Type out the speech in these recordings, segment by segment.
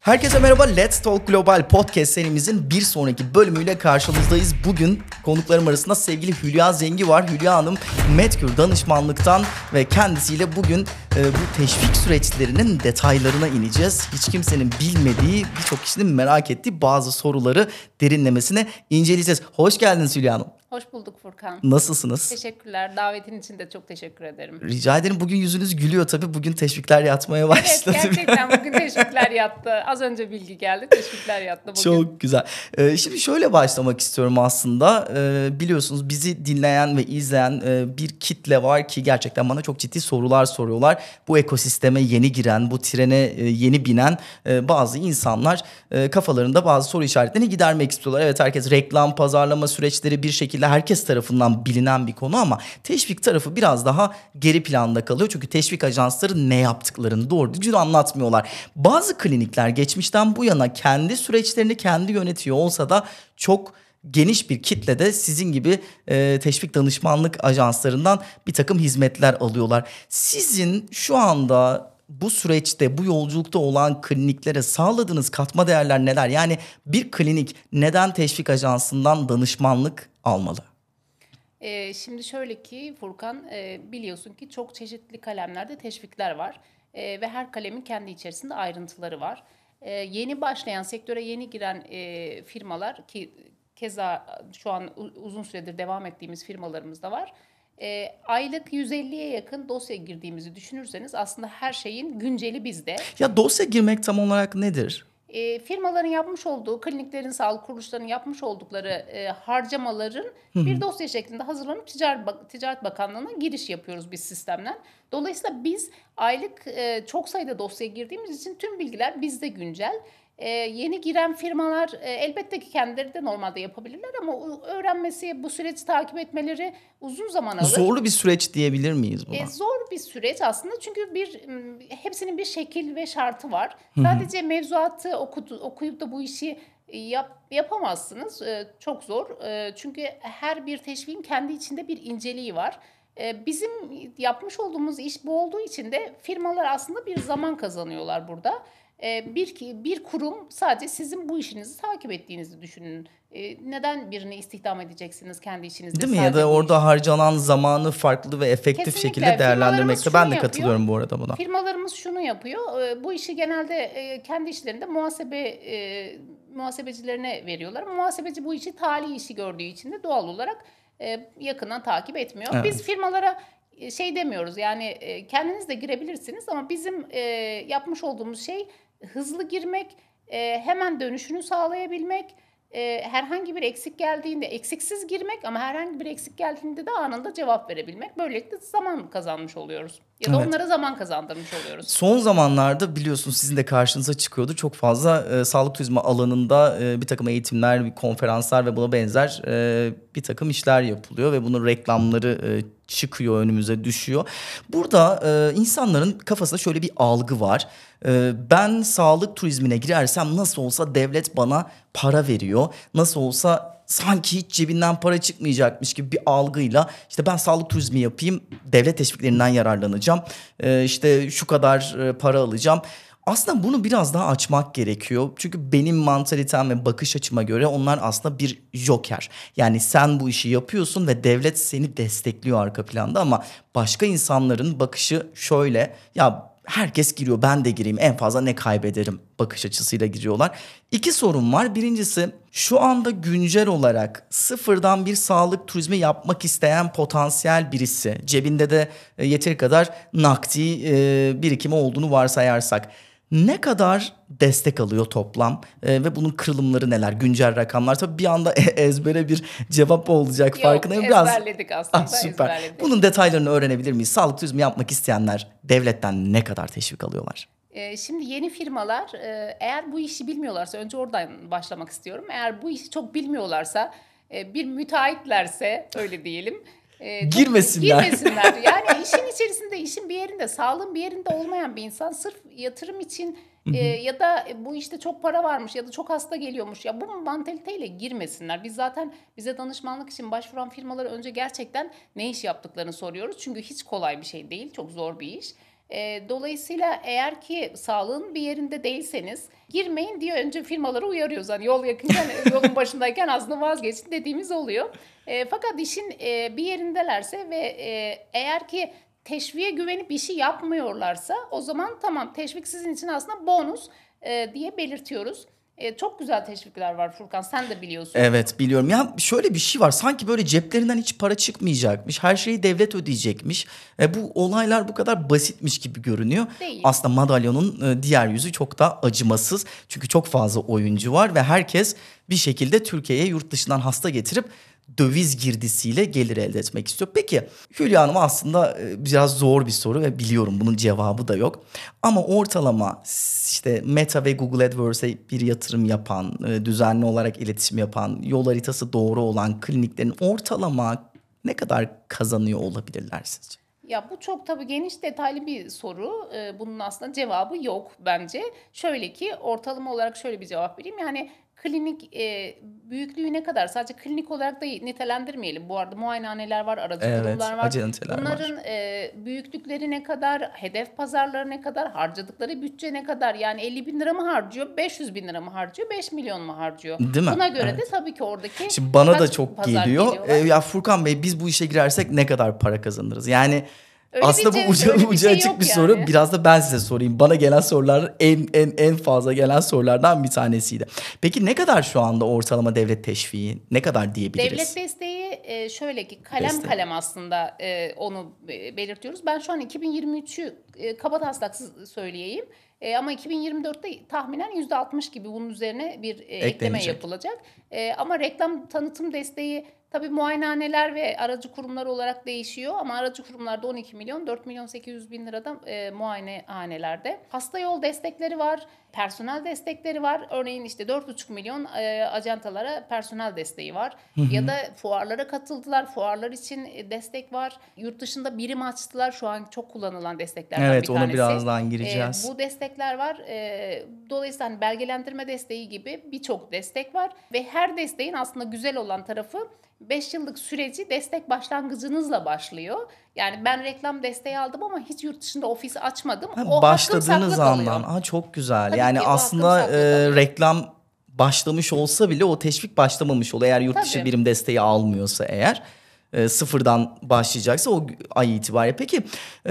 Herkese merhaba. Let's Talk Global Podcast serimizin bir sonraki bölümüyle karşınızdayız. Bugün konuklarım arasında sevgili Hülya Zengi var. Hülya Hanım Medcure danışmanlıktan ve kendisiyle bugün bu teşvik süreçlerinin detaylarına ineceğiz. Hiç kimsenin bilmediği, birçok kişinin merak ettiği bazı soruları derinlemesine inceleyeceğiz. Hoş geldiniz Hülya Hanım. Hoş bulduk Furkan. Nasılsınız? Teşekkürler. Davetin için de çok teşekkür ederim. Rica ederim. Bugün yüzünüz gülüyor tabii. Bugün teşvikler yatmaya başladı. Evet, gerçekten bugün teşvikler yattı. Az önce bilgi geldi. Teşvikler yattı bugün. Çok güzel. Şimdi şöyle başlamak istiyorum aslında. Biliyorsunuz bizi dinleyen ve izleyen bir kitle var ki gerçekten bana çok ciddi sorular soruyorlar. Bu ekosisteme yeni giren, bu trene yeni binen bazı insanlar kafalarında bazı soru işaretlerini gidermek istiyorlar. Evet, herkes reklam, pazarlama süreçleri bir şekilde herkes tarafından bilinen bir konu ama teşvik tarafı biraz daha geri planda kalıyor. Çünkü teşvik ajansları ne yaptıklarını doğru düzgün anlatmıyorlar. Bazı klinikler geçmişten bu yana kendi süreçlerini kendi yönetiyor olsa da çok geniş bir kitlede sizin gibi teşvik danışmanlık ajanslarından bir takım hizmetler alıyorlar. Sizin şu anda bu süreçte, bu yolculukta olan kliniklere sağladığınız katma değerler neler? Yani bir klinik neden teşvik ajansından danışmanlık almalı? Şimdi şöyle ki Furkan, biliyorsun ki çok çeşitli kalemlerde teşvikler var. Ve her kalemin kendi içerisinde ayrıntıları var. Yeni başlayan, sektöre yeni giren firmalar ki keza şu an uzun süredir devam ettiğimiz firmalarımız da var. Aylık 150'ye yakın dosya girdiğimizi düşünürseniz aslında her şeyin günceli bizde. Ya dosya girmek tam olarak nedir? Firmaların yapmış olduğu, kliniklerin, sağlık kuruluşlarının yapmış oldukları harcamaların bir dosya şeklinde hazırlanıp Ticaret Bakanlığı'na giriş yapıyoruz biz sistemden. Dolayısıyla biz aylık çok sayıda dosya girdiğimiz için tüm bilgiler bizde güncel. Yeni giren firmalar elbette ki kendileri de normalde yapabilirler ama öğrenmesi, bu süreci takip etmeleri uzun zaman alır. Zorlu bir süreç diyebilir miyiz buna? Zor bir süreç aslında çünkü hepsinin bir şekil ve şartı var. Sadece mevzuatı okuyup da bu işi yapamazsınız. Çok zor. Çünkü her bir teşviğin kendi içinde bir inceliği var. Bizim yapmış olduğumuz iş bu olduğu için de firmalar aslında bir zaman kazanıyorlar burada. Bir kurum sadece sizin bu işinizi takip ettiğinizi düşünün. Neden birini istihdam edeceksiniz kendi işinizde? Değil mi? Ya da orada harcanan zamanı farklı ve efektif Kesinlikle. şekilde değerlendirmekte. Ben de Yapıyor. katılıyorum bu arada buna. Firmalarımız şunu yapıyor. Bu işi genelde kendi işlerinde muhasebecilerine veriyorlar. Muhasebeci bu işi tali işi gördüğü için de doğal olarak yakından takip etmiyor. Evet. Biz firmalara şey demiyoruz, yani kendiniz de girebilirsiniz ama bizim yapmış olduğumuz şey hızlı girmek, hemen dönüşünü sağlayabilmek, herhangi bir eksik geldiğinde eksiksiz girmek ama herhangi bir eksik geldiğinde de anında cevap verebilmek. Böylelikle zaman kazanmış oluyoruz. Ya da onlara zaman kazandırmış oluyoruz. Son zamanlarda biliyorsunuz sizin de karşınıza çıkıyordu. Çok fazla sağlık turizmi alanında bir takım eğitimler, konferanslar ve buna benzer bir takım işler yapılıyor. Ve bunun reklamları çıkıyor, önümüze düşüyor. Burada insanların kafasında şöyle bir algı var. Ben sağlık turizmine girersem nasıl olsa devlet bana para veriyor. Nasıl olsa sanki hiç cebinden para çıkmayacakmış gibi bir algıyla işte ben sağlık turizmi yapayım, devlet teşviklerinden yararlanacağım. İşte şu kadar para alacağım. Aslında bunu biraz daha açmak gerekiyor. Çünkü benim mantalitem ve bakış açıma göre onlar aslında bir joker. Yani sen bu işi yapıyorsun ve devlet seni destekliyor arka planda ama başka insanların bakışı şöyle: ya herkes giriyor, ben de gireyim, en fazla ne kaybederim bakış açısıyla giriyorlar. İki sorun var. Birincisi, şu anda güncel olarak sıfırdan bir sağlık turizmi yapmak isteyen potansiyel birisi, cebinde de yeteri kadar nakdi birikimi olduğunu varsayarsak, ne kadar destek alıyor toplam ve bunun kırılımları neler? Güncel rakamlar. Tabii bir anda ezbere bir cevap olacak. Yok, farkındayım. ezberledik aslında. Süper. Ezberledik. Bunun detaylarını öğrenebilir miyiz? Sağlık turizmi yapmak isteyenler devletten ne kadar teşvik alıyorlar? Şimdi yeni firmalar eğer bu işi bilmiyorlarsa, önce oradan başlamak istiyorum. Eğer bu işi çok bilmiyorlarsa, bir müteahhitlerse öyle diyelim. Girmesinler. Yani işin içerisinde, işin bir yerinde, sağlığın bir yerinde olmayan bir insan sırf yatırım için ya da bu işte çok para varmış ya da çok hasta geliyormuş, ya bu mantaliteyle girmesinler. Biz zaten bize danışmanlık için başvuran firmalara önce gerçekten ne iş yaptıklarını soruyoruz. Çünkü hiç kolay bir şey değil, çok zor bir iş. Dolayısıyla eğer ki sağlığın bir yerinde değilseniz girmeyin diye önce firmaları uyarıyoruz. Hani yol yakınken, yolun başındayken aslında vazgeçin dediğimiz oluyor. Fakat işin bir yerindelerse ve eğer ki teşviğe güvenip işi yapmıyorlarsa o zaman tamam, teşvik sizin için aslında bonus diye belirtiyoruz. Çok güzel teşvikler var Furkan, sen de biliyorsun. Evet, biliyorum. Ya şöyle bir şey var. Sanki böyle ceplerinden hiç para çıkmayacakmış. Her şeyi devlet ödeyecekmiş. Bu olaylar bu kadar basitmiş gibi görünüyor. Değil. Aslında madalyonun diğer yüzü çok da acımasız. Çünkü çok fazla oyuncu var ve herkes bir şekilde Türkiye'ye yurt dışından hasta getirip döviz girdisiyle gelir elde etmek istiyor. Peki Hülya Hanım, aslında biraz zor bir soru ve biliyorum bunun cevabı da yok. Ama ortalama işte Meta ve Google AdWords'e bir yatırım yapan, düzenli olarak iletişim yapan, yol haritası doğru olan kliniklerin ortalama ne kadar kazanıyor olabilirler sizce? Ya bu çok tabii geniş, detaylı bir soru. Bunun aslında cevabı yok bence. Şöyle ki, ortalama olarak şöyle bir cevap vereyim. Yani klinik büyüklüğü ne kadar? Sadece klinik olarak da nitelendirmeyelim. Bu arada muayenehaneler var, aracı Evet, kurumlar var. acenteler var. Bunların büyüklükleri ne kadar? Hedef pazarları ne kadar? Harcadıkları bütçe ne kadar? Yani 50 bin lira mı harcıyor? 500 bin lira mı harcıyor? 5 milyon mu harcıyor? Değil mi? Buna göre de Evet. tabii ki oradaki Şimdi bana da kaç çok pazar geliyor. geliyorlar? Ya Furkan Bey, biz bu işe girersek ne kadar para kazanırız? Yani Öyle bir aslında bu öyle bir ucu şey açık yok bir yani. soru. Biraz da ben size sorayım. Bana gelen sorular en fazla gelen sorulardan bir tanesiydi. Peki ne kadar şu anda ortalama devlet teşviği? Ne kadar diyebiliriz? Devlet desteği şöyle ki, kalem Destek. kalem aslında onu belirtiyoruz. Ben şu an 2023'ü kabataslak söyleyeyim. Ama 2024'te tahminen %60 gibi bunun üzerine bir ekleme Eklenecek. yapılacak. Ama reklam tanıtım desteği tabii muayenehaneler ve aracı kurumlar olarak değişiyor. Ama aracı kurumlarda 12 milyon, 4 milyon 800 bin lirada muayenehanelerde. Hasta yol destekleri var, personel destekleri var. Örneğin işte 4,5 milyon ajantalara personel desteği var. Ya da fuarlara katıldılar. Fuarlar için destek var. Yurt dışında birim açtılar. Şu an çok kullanılan desteklerden Evet, bir ona tanesi. birazdan gireceğiz. Bu destekler var. Dolayısıyla hani belgelendirme desteği gibi birçok destek var. Ve her desteğin aslında güzel olan tarafı, 5 yıllık süreci destek başlangıcınızla başlıyor. Yani ben reklam desteği aldım ama hiç yurt dışında ofis açmadım. O hakkım Başladığınız saklı kalıyor. andan. Çok güzel. Tabii Yani ki o hakkım aslında saklı kalıyor. reklam başlamış olsa bile o teşvik başlamamış oluyor. Eğer yurt dışı Tabii. birim desteği almıyorsa eğer, sıfırdan başlayacaksa o ay itibariyle. Peki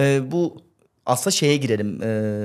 bu aslında şeye girelim.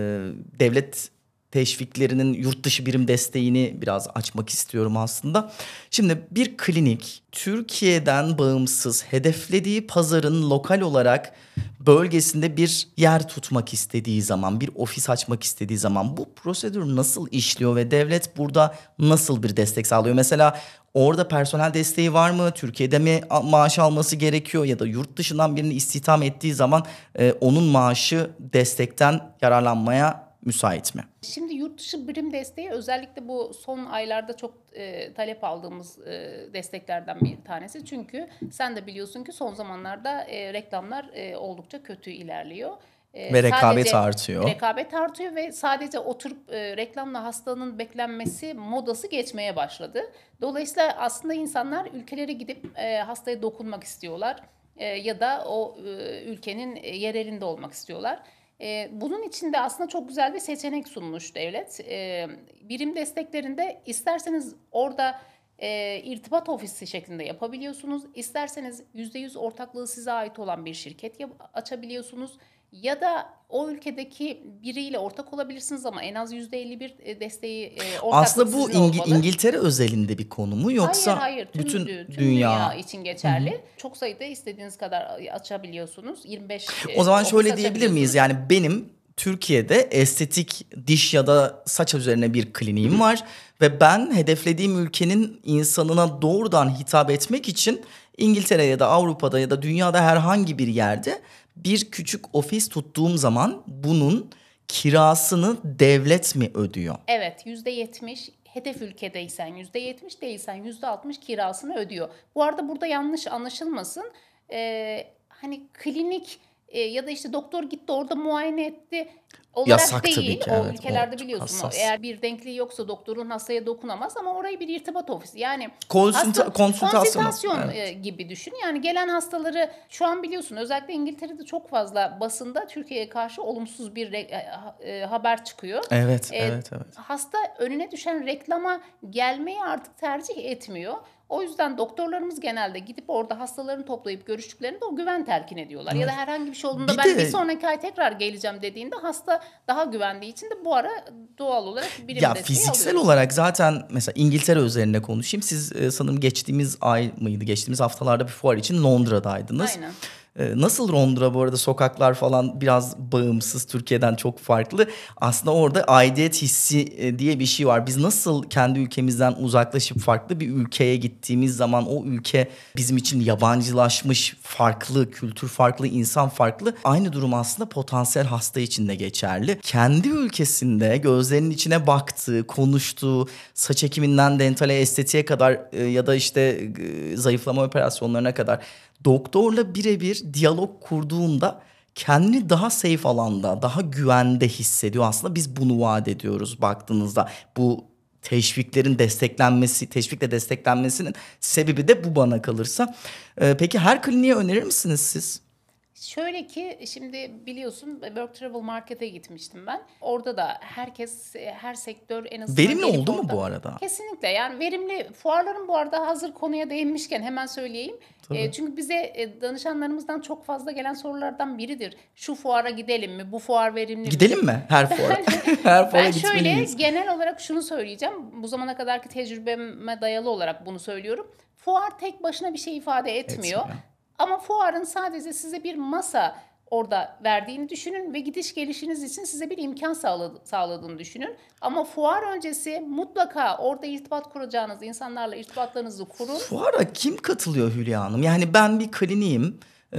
Devlet teşviklerinin yurt dışı birim desteğini biraz açmak istiyorum aslında. Şimdi bir klinik Türkiye'den bağımsız hedeflediği pazarın lokal olarak bölgesinde bir yer tutmak istediği zaman, bir ofis açmak istediği zaman bu prosedür nasıl işliyor ve devlet burada nasıl bir destek sağlıyor? Mesela orada personel desteği var mı? Türkiye'de mi maaş alması gerekiyor ya da yurt dışından birini istihdam ettiği zaman onun maaşı destekten yararlanmaya müsait mi? Şimdi yurt dışı birim desteği özellikle bu son aylarda çok talep aldığımız desteklerden bir tanesi. Çünkü sen de biliyorsun ki son zamanlarda reklamlar oldukça kötü ilerliyor. Ve rekabet Sadece artıyor. rekabet artıyor ve sadece oturup reklamla hastanın beklenmesi modası geçmeye başladı. Dolayısıyla aslında insanlar ülkelere gidip hastaya dokunmak istiyorlar. Ya da o ülkenin yerelinde olmak istiyorlar. Bunun için de aslında çok güzel bir seçenek sunmuş devlet. Birim desteklerinde isterseniz orada irtibat ofisi şeklinde yapabiliyorsunuz. İsterseniz %100 ortaklığı size ait olan bir şirket açabiliyorsunuz. Ya da o ülkedeki biriyle ortak olabilirsiniz ama en az %51 desteği ortaklık Aslında bu sizin olmalı. İngiltere özelinde bir konu mu yoksa Hayır, bütün tüm dünya? için geçerli. Çok sayıda istediğiniz kadar açabiliyorsunuz. 25 O zaman ofis şöyle diyebilir miyiz? açabiliyorsunuz. Yani benim Türkiye'de estetik diş ya da saç üzerine bir kliniğim var ve ben hedeflediğim ülkenin insanına doğrudan hitap etmek için İngiltere ya da Avrupa'da ya da dünyada herhangi bir yerde bir küçük ofis tuttuğum zaman bunun kirasını devlet mi ödüyor? Evet, %70 hedef ülkedeysen, %70 değilsen %60 kirasını ödüyor. Bu arada burada yanlış anlaşılmasın. Hani klinik ya da işte doktor gitti orada muayene etti. olarak Yasak değil. tabii ki, O evet. O ülkelerde çok biliyorsun hassas. eğer bir denkliği yoksa doktorun hastaya dokunamaz ama orayı bir irtibat ofisi. Yani Konsültasyonu. konsültasyon Evet. gibi düşün. Yani gelen hastaları şu an biliyorsun özellikle İngiltere'de çok fazla basında Türkiye'ye karşı olumsuz bir haber çıkıyor. Evet, evet, evet. Hasta önüne düşen reklama gelmeyi artık tercih etmiyor. O yüzden doktorlarımız genelde gidip orada hastalarını toplayıp görüştüklerinde o güven telkin ediyorlar. Ya da herhangi bir şey olduğunda Bir ben bir de sonraki ay tekrar geleceğim dediğinde hasta daha güvendiği için de bu ara doğal olarak birim ya desteği fiziksel alıyoruz. olarak zaten mesela İngiltere üzerine konuşayım. Siz sanırım geçtiğimiz ay mıydı? Geçtiğimiz haftalarda bir fuar için Londra'daydınız. Aynen. Nasıl Londra bu arada, sokaklar falan biraz bağımsız, Türkiye'den çok farklı. Aslında orada aidiyet hissi diye bir şey var. Biz nasıl kendi ülkemizden uzaklaşıp farklı bir ülkeye gittiğimiz zaman o ülke bizim için yabancılaşmış, farklı kültür, farklı insan, farklı. Aynı durum aslında potansiyel hasta için de geçerli. Kendi ülkesinde gözlerinin içine baktığı, konuştuğu, saç ekiminden dentale, estetiğe kadar ya da işte zayıflama operasyonlarına kadar doktorla birebir diyalog kurduğunda kendini daha safe alanda, daha güvende hissediyor. Aslında biz bunu vaat ediyoruz baktığınızda. Bu teşvikle desteklenmesinin sebebi de bu bana kalırsa. Peki her kliniğe önerir misiniz siz? Şöyle ki şimdi biliyorsun Work Travel Market'e gitmiştim ben. Orada da herkes, her sektör en azından Verimli gelip oldu mu orada. bu arada? Kesinlikle yani verimli fuarların bu arada hazır konuya değinmişken hemen söyleyeyim. Tabii. Çünkü bize danışanlarımızdan çok fazla gelen sorulardan biridir. Şu fuara gidelim mi? Bu fuar verimli mi? Gidelim mi her fuara? Her fuara Ben gitmeli şöyle miyiz? genel olarak şunu söyleyeceğim. Bu zamana kadarki tecrübeme dayalı olarak bunu söylüyorum. Fuar tek başına bir şey ifade etmiyor. Etmiyor. Ama fuarın sadece size bir masa orada verdiğini düşünün ve gidiş gelişiniz için size bir imkan sağladığını düşünün. Ama fuar öncesi mutlaka orada irtibat kuracağınız insanlarla irtibatlarınızı kurun. Fuara kim katılıyor Hülya Hanım? Yani ben bir kliniğim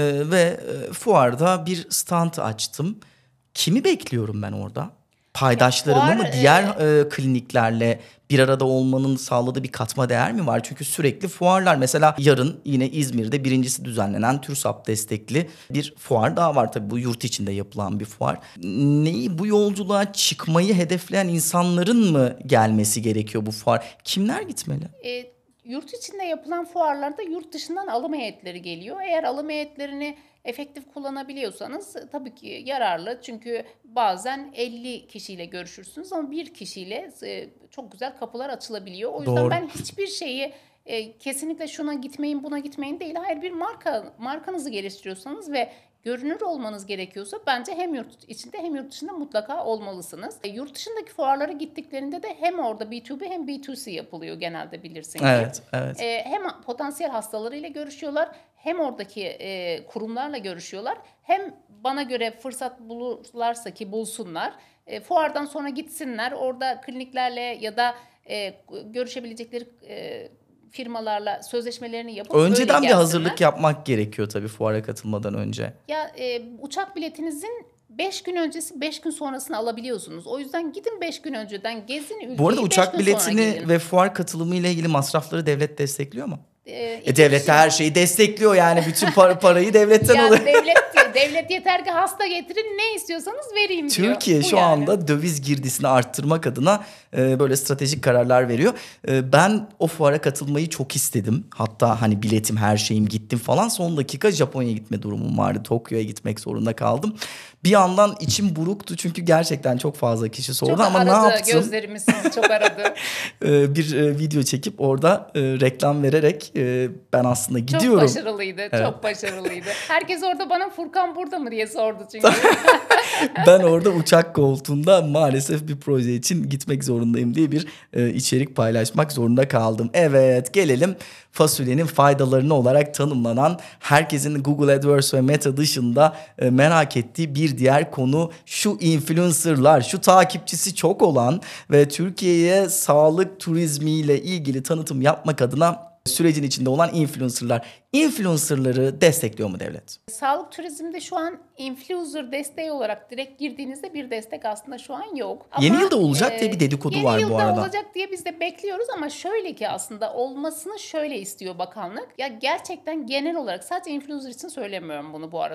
ve fuarda bir stand açtım. Kimi bekliyorum ben orada? Paydaşlarımı fuar, mı, diğer kliniklerle bir arada olmanın sağladığı bir katma değer mi var? Çünkü sürekli fuarlar. Mesela yarın yine İzmir'de birincisi düzenlenen TÜRSAP destekli bir fuar daha var. Tabii bu yurt içinde yapılan bir fuar. Bu yolculuğa çıkmayı hedefleyen insanların mı gelmesi gerekiyor bu fuar? Kimler gitmeli? Yurt içinde yapılan fuarlarda yurt dışından alım heyetleri geliyor. Eğer alım heyetlerini efektif kullanabiliyorsanız tabii ki yararlı. Çünkü bazen 50 kişiyle görüşürsünüz ama bir kişiyle çok güzel kapılar açılabiliyor. O yüzden Doğru. ben hiçbir şeyi kesinlikle şuna gitmeyin buna gitmeyin değil. Hayır, bir markanızı geliştiriyorsanız ve görünür olmanız gerekiyorsa bence hem yurt içinde hem yurt dışında mutlaka olmalısınız. Yurt dışındaki fuarlara gittiklerinde de hem orada B2B hem B2C yapılıyor genelde, bilirsin ki. Evet, evet. Hem potansiyel hastalarıyla görüşüyorlar hem oradaki kurumlarla görüşüyorlar. Hem bana göre fırsat bulurlarsa ki bulsunlar. Fuardan sonra gitsinler orada kliniklerle ya da görüşebilecekleri firmalarla sözleşmelerini yapıp öyle Önceden bir gelsinler. hazırlık yapmak gerekiyor tabii fuara katılmadan önce. Ya uçak biletinizin 5 gün öncesi 5 gün sonrasını alabiliyorsunuz. O yüzden gidin 5 gün önceden gezin ülkeyi. Bu arada 5 uçak gün sonra biletini gelin. ve fuar katılımı ile ilgili masrafları devlet destekliyor mu? İki Devlet de kişi- her şeyi destekliyor yani, bütün parayı devletten Ya alıyor. devlet yeter ki hasta getirin, ne istiyorsanız vereyim diyor. Türkiye Bu şu yani. anda döviz girdisini arttırmak adına böyle stratejik kararlar veriyor. Ben o fuara katılmayı çok istedim. Hatta hani biletim, her şeyim, gittim falan. Son dakika Japonya'ya gitme durumum vardı. Tokyo'ya gitmek zorunda kaldım. Bir yandan içim buruktu çünkü gerçekten çok fazla kişi sordu Çok ama aradı, ne yaptım? gözlerimiz sizi çok aradı. Bir video çekip orada reklam vererek ben aslında Çok gidiyorum. başarılıydı, Evet. çok başarılıydı. Herkes orada bana Furkan burada mı diye sordu çünkü. Ben orada uçak koltuğunda maalesef bir proje için gitmek zorundayım diye bir içerik paylaşmak zorunda kaldım. Evet, gelelim fasulyenin faydalarını olarak tanımlanan, herkesin Google AdWords ve Meta dışında merak ettiği bir diğer konu şu influencerlar, şu takipçisi çok olan ve Türkiye'ye sağlık turizmiyle ilgili tanıtım yapmak adına sürecin içinde olan influencerlar. Influencerları destekliyor mu devlet? Sağlık turizmde şu an influencer desteği olarak direkt girdiğinizde bir destek aslında şu an yok. Yeni yılda olacak diye bir dedikodu var bu Yeni arada. yılda olacak diye biz de bekliyoruz ama şöyle ki aslında olmasını şöyle istiyor bakanlık. Ya gerçekten genel olarak, sadece influencer için söylemiyorum bunu bu arada.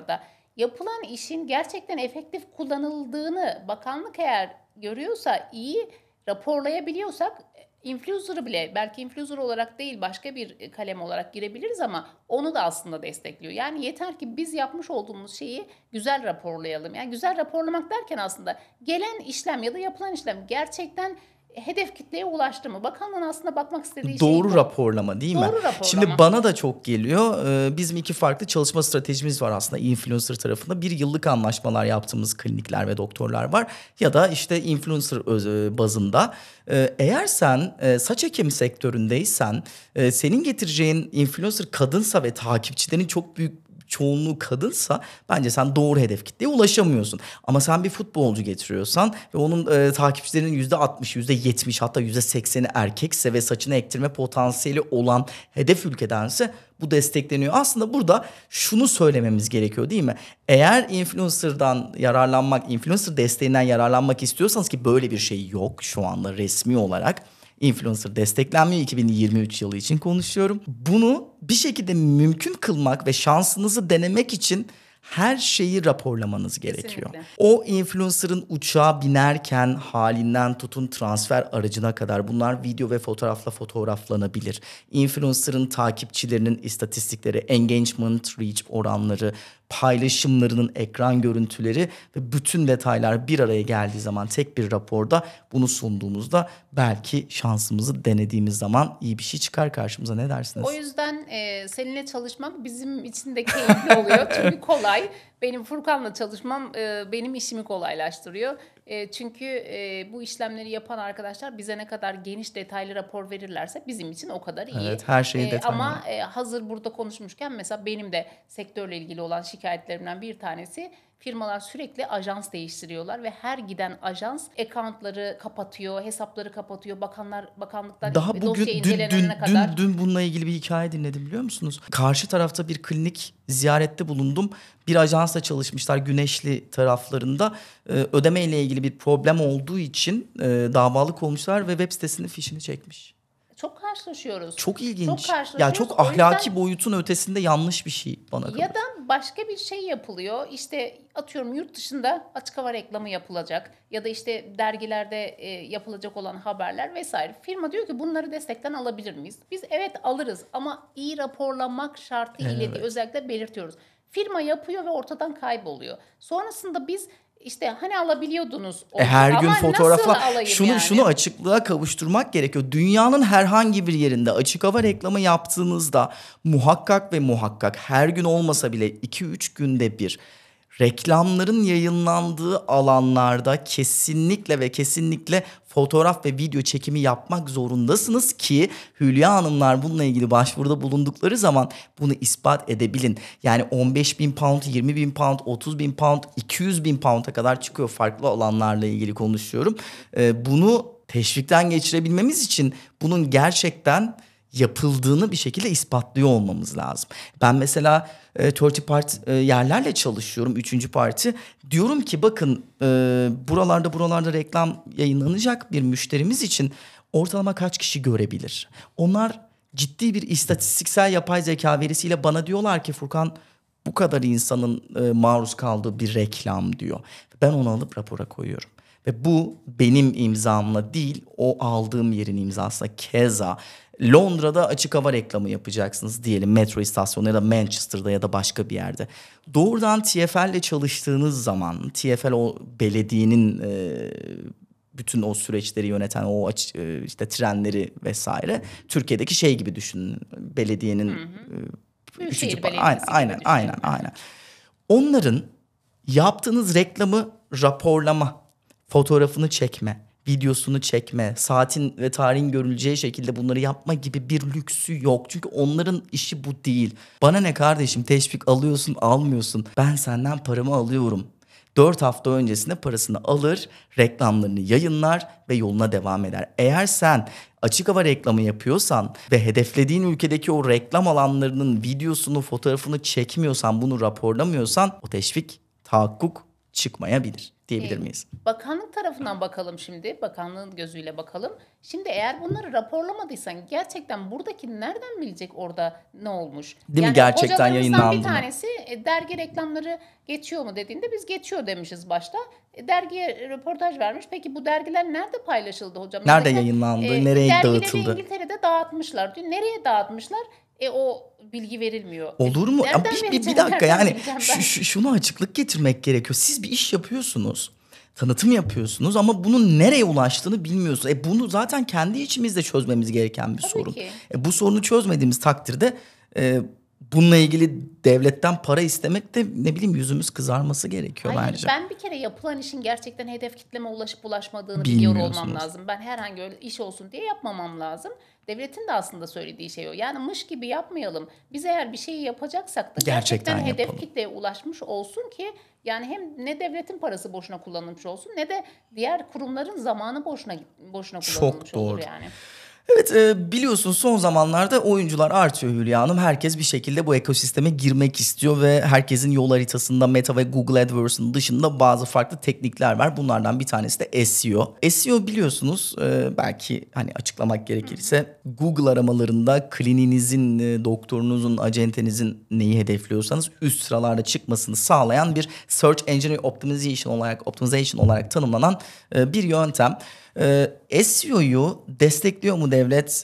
yapılan işin gerçekten efektif kullanıldığını bakanlık eğer görüyorsa, iyi raporlayabiliyorsak influencer'ı bile belki influencer olarak değil başka bir kalem olarak girebiliriz ama onu da aslında destekliyor. Yani yeter ki biz yapmış olduğumuz şeyi güzel raporlayalım. Yani güzel raporlamak derken aslında gelen işlem ya da yapılan işlem gerçekten hedef kitleye ulaştı mı? Bakanlığın aslında bakmak istediği şey Doğru bu. raporlama değil mi? Doğru raporlama. Şimdi bana da çok geliyor. Bizim 2 farklı çalışma stratejimiz var aslında influencer tarafında. 1 yıllık anlaşmalar yaptığımız klinikler ve doktorlar var. Ya da işte influencer bazında. Eğer sen saç ekimi sektöründeysen senin getireceğin influencer kadınsa ve takipçilerin çok büyük çoğunluğu kadınsa bence sen doğru hedef kitleye ulaşamıyorsun. Ama sen bir futbolcu getiriyorsan ve onun takipçilerinin %60, %70 hatta %80'i erkekse ve saçını ektirme potansiyeli olan hedef ülkedense bu destekleniyor. Aslında burada şunu söylememiz gerekiyor değil mi? Eğer influencer'dan yararlanmak, influencer desteğinden yararlanmak istiyorsanız ki böyle bir şey yok şu anda resmi olarak. Influencer desteklenmiyor 2023 yılı için konuşuyorum. Bunu bir şekilde mümkün kılmak ve şansınızı denemek için her şeyi raporlamanız gerekiyor. Kesinlikle. O influencer'ın uçağa binerken halinden tutun transfer aracına kadar bunlar video ve fotoğrafla fotoğraflanabilir. Influencer'ın takipçilerinin istatistikleri, engagement, reach oranları, paylaşımlarının ekran görüntüleri ve bütün detaylar bir araya geldiği zaman tek bir raporda bunu sunduğumuzda belki şansımızı denediğimiz zaman iyi bir şey çıkar karşımıza. Ne dersiniz? O yüzden seninle çalışmak bizim için de keyifli oluyor. Çünkü kolay. Benim Furkan'la çalışmam benim işimi kolaylaştırıyor. Çünkü bu işlemleri yapan arkadaşlar bize ne kadar geniş detaylı rapor verirlerse bizim için o kadar iyi. Evet, her şeyi detaylı. Ama hazır burada konuşmuşken mesela benim de sektörle ilgili olan şikayetlerimden bir tanesi, firmalar sürekli ajans değiştiriyorlar ve her giden ajans accountları kapatıyor, hesapları kapatıyor. Bakanlıktan Daha dosya bugün incelenene kadar. dün bununla ilgili bir hikaye dinledim biliyor musunuz? Karşı tarafta bir klinik ziyarette bulundum. Bir ajansla çalışmışlar Güneşli taraflarında. Ödeme ile ilgili bir problem olduğu için davalık olmuşlar ve web sitesinin fişini çekmiş. Çok karşılaşıyoruz. Çok ilginç. Çok karşılaşıyoruz. Ya çok O ahlaki yüzden boyutun ötesinde yanlış bir şey bana kalırsa. ya da başka bir şey yapılıyor. İşte atıyorum yurt dışında açık hava reklamı yapılacak ya da işte dergilerde yapılacak olan haberler vesaire. Firma diyor ki bunları destekten alabilir miyiz? Biz evet alırız ama iyi raporlamak şartı ile Evet. özellikle belirtiyoruz. Firma yapıyor ve ortadan kayboluyor. Sonrasında biz işte hani alabiliyordunuz. Her gün ama fotoğrafla nasıl alayım şunu açıklığa kavuşturmak gerekiyor. Dünyanın herhangi bir yerinde açık hava reklamı yaptığınızda muhakkak ve muhakkak her gün olmasa bile 2-3 günde bir reklamların yayınlandığı alanlarda kesinlikle ve kesinlikle fotoğraf ve video çekimi yapmak zorundasınız ki Hülya Hanımlar bununla ilgili başvuruda bulundukları zaman bunu ispat edebilin. Yani 15.000 pound, 20.000 pound, 30.000 pound, 200.000 pound'a kadar çıkıyor farklı alanlarla ilgili konuşuyorum. Bunu teşvikten geçirebilmemiz için bunun gerçekten yapıldığını bir şekilde ispatlıyor olmamız lazım. Ben mesela third party yerlerle çalışıyorum. 3. parti. Diyorum ki bakın buralarda reklam yayınlanacak bir müşterimiz için ortalama kaç kişi görebilir? Onlar ciddi bir istatistiksel yapay zeka verisiyle bana diyorlar ki Furkan bu kadar insanın maruz kaldığı bir reklam diyor. Ben onu alıp rapora koyuyorum. Ve bu benim imzamla değil o aldığım yerin imzasına. Keza Londra'da açık hava reklamı yapacaksınız diyelim metro istasyonu ya da Manchester'da ya da başka bir yerde. Doğrudan TfL ile çalıştığınız zaman TfL o belediyenin bütün o süreçleri yöneten o işte trenleri vesaire Türkiye'deki şey gibi düşünün. Belediyenin Büyükşehir üçüncü Belediyesi gibi aynen. Onların yaptığınız reklamı raporlama, fotoğrafını çekme, videosunu çekme, saatin ve tarihin görüleceği şekilde bunları yapma gibi bir lüksü yok. Çünkü onların işi bu değil. Bana ne kardeşim teşvik alıyorsun almıyorsun. Ben senden paramı alıyorum. 4 hafta öncesinde parasını alır, reklamlarını yayınlar ve yoluna devam eder. Eğer sen açık hava reklamı yapıyorsan ve hedeflediğin ülkedeki o reklam alanlarının videosunu, fotoğrafını çekmiyorsan, bunu raporlamıyorsan o teşvik tahakkuk çıkmayabilir. diyebilir miyiz? Bakanlık tarafından bakalım şimdi. Bakanlığın gözüyle bakalım. Şimdi eğer bunları raporlamadıysan gerçekten buradaki nereden bilecek orada ne olmuş? Değil mi? Yani Gerçekten hocalarımızdan yayınlandı bir mı? tanesi dergi reklamları geçiyor mu dediğinde biz geçiyor demişiz başta. Dergiye röportaj vermiş. Peki bu dergiler nerede paylaşıldı hocam? Ya Nerede da yayınlandı? bu Nereye dergileri dağıtıldı? İngiltere'de dağıtmışlar diyor. Nereye dağıtmışlar? O bilgi verilmiyor. Olur mu? Ya Nereden bir vereceğim? dakika, Nereden yani bileceğim ben? şuna açıklık getirmek gerekiyor. Siz bir iş yapıyorsunuz. Tanıtım yapıyorsunuz ama bunun nereye ulaştığını bilmiyorsunuz. Bunu zaten kendi içimizde çözmemiz gereken bir Tabii sorun. ki. Bu sorunu çözmediğimiz takdirde bununla ilgili devletten para istemek de ne bileyim yüzümüz kızarması gerekiyor Hayır, bence. ben bir kere yapılan işin gerçekten hedef kitleme ulaşıp ulaşmadığını biliyor olmam Bilmiyorsunuz. lazım. Ben herhangi öyle iş olsun diye yapmamam lazım. Devletin de aslında söylediği şey o. Yani mış gibi yapmayalım. Biz eğer bir şeyi yapacaksak da Gerçekten gerçekten hedef yapalım. kitleye ulaşmış olsun ki yani hem ne devletin parası boşuna kullanılmış olsun ne de diğer kurumların zamanı boşuna Çok kullanılmış olur doğru. yani. Evet, biliyorsun son zamanlarda oyuncular artıyor Hülya Hanım. Herkes bir şekilde bu ekosisteme girmek istiyor ve herkesin yol haritasında Meta ve Google AdWords'ın dışında bazı farklı teknikler var. Bunlardan bir tanesi de SEO. SEO biliyorsunuz, belki hani açıklamak gerekirse Google aramalarında kliniğinizin, doktorunuzun, acentenizin neyi hedefliyorsanız üst sıralarda çıkmasını sağlayan bir Search Engine Optimization olarak tanımlanan bir yöntem. SEO'yu destekliyor mu devlet?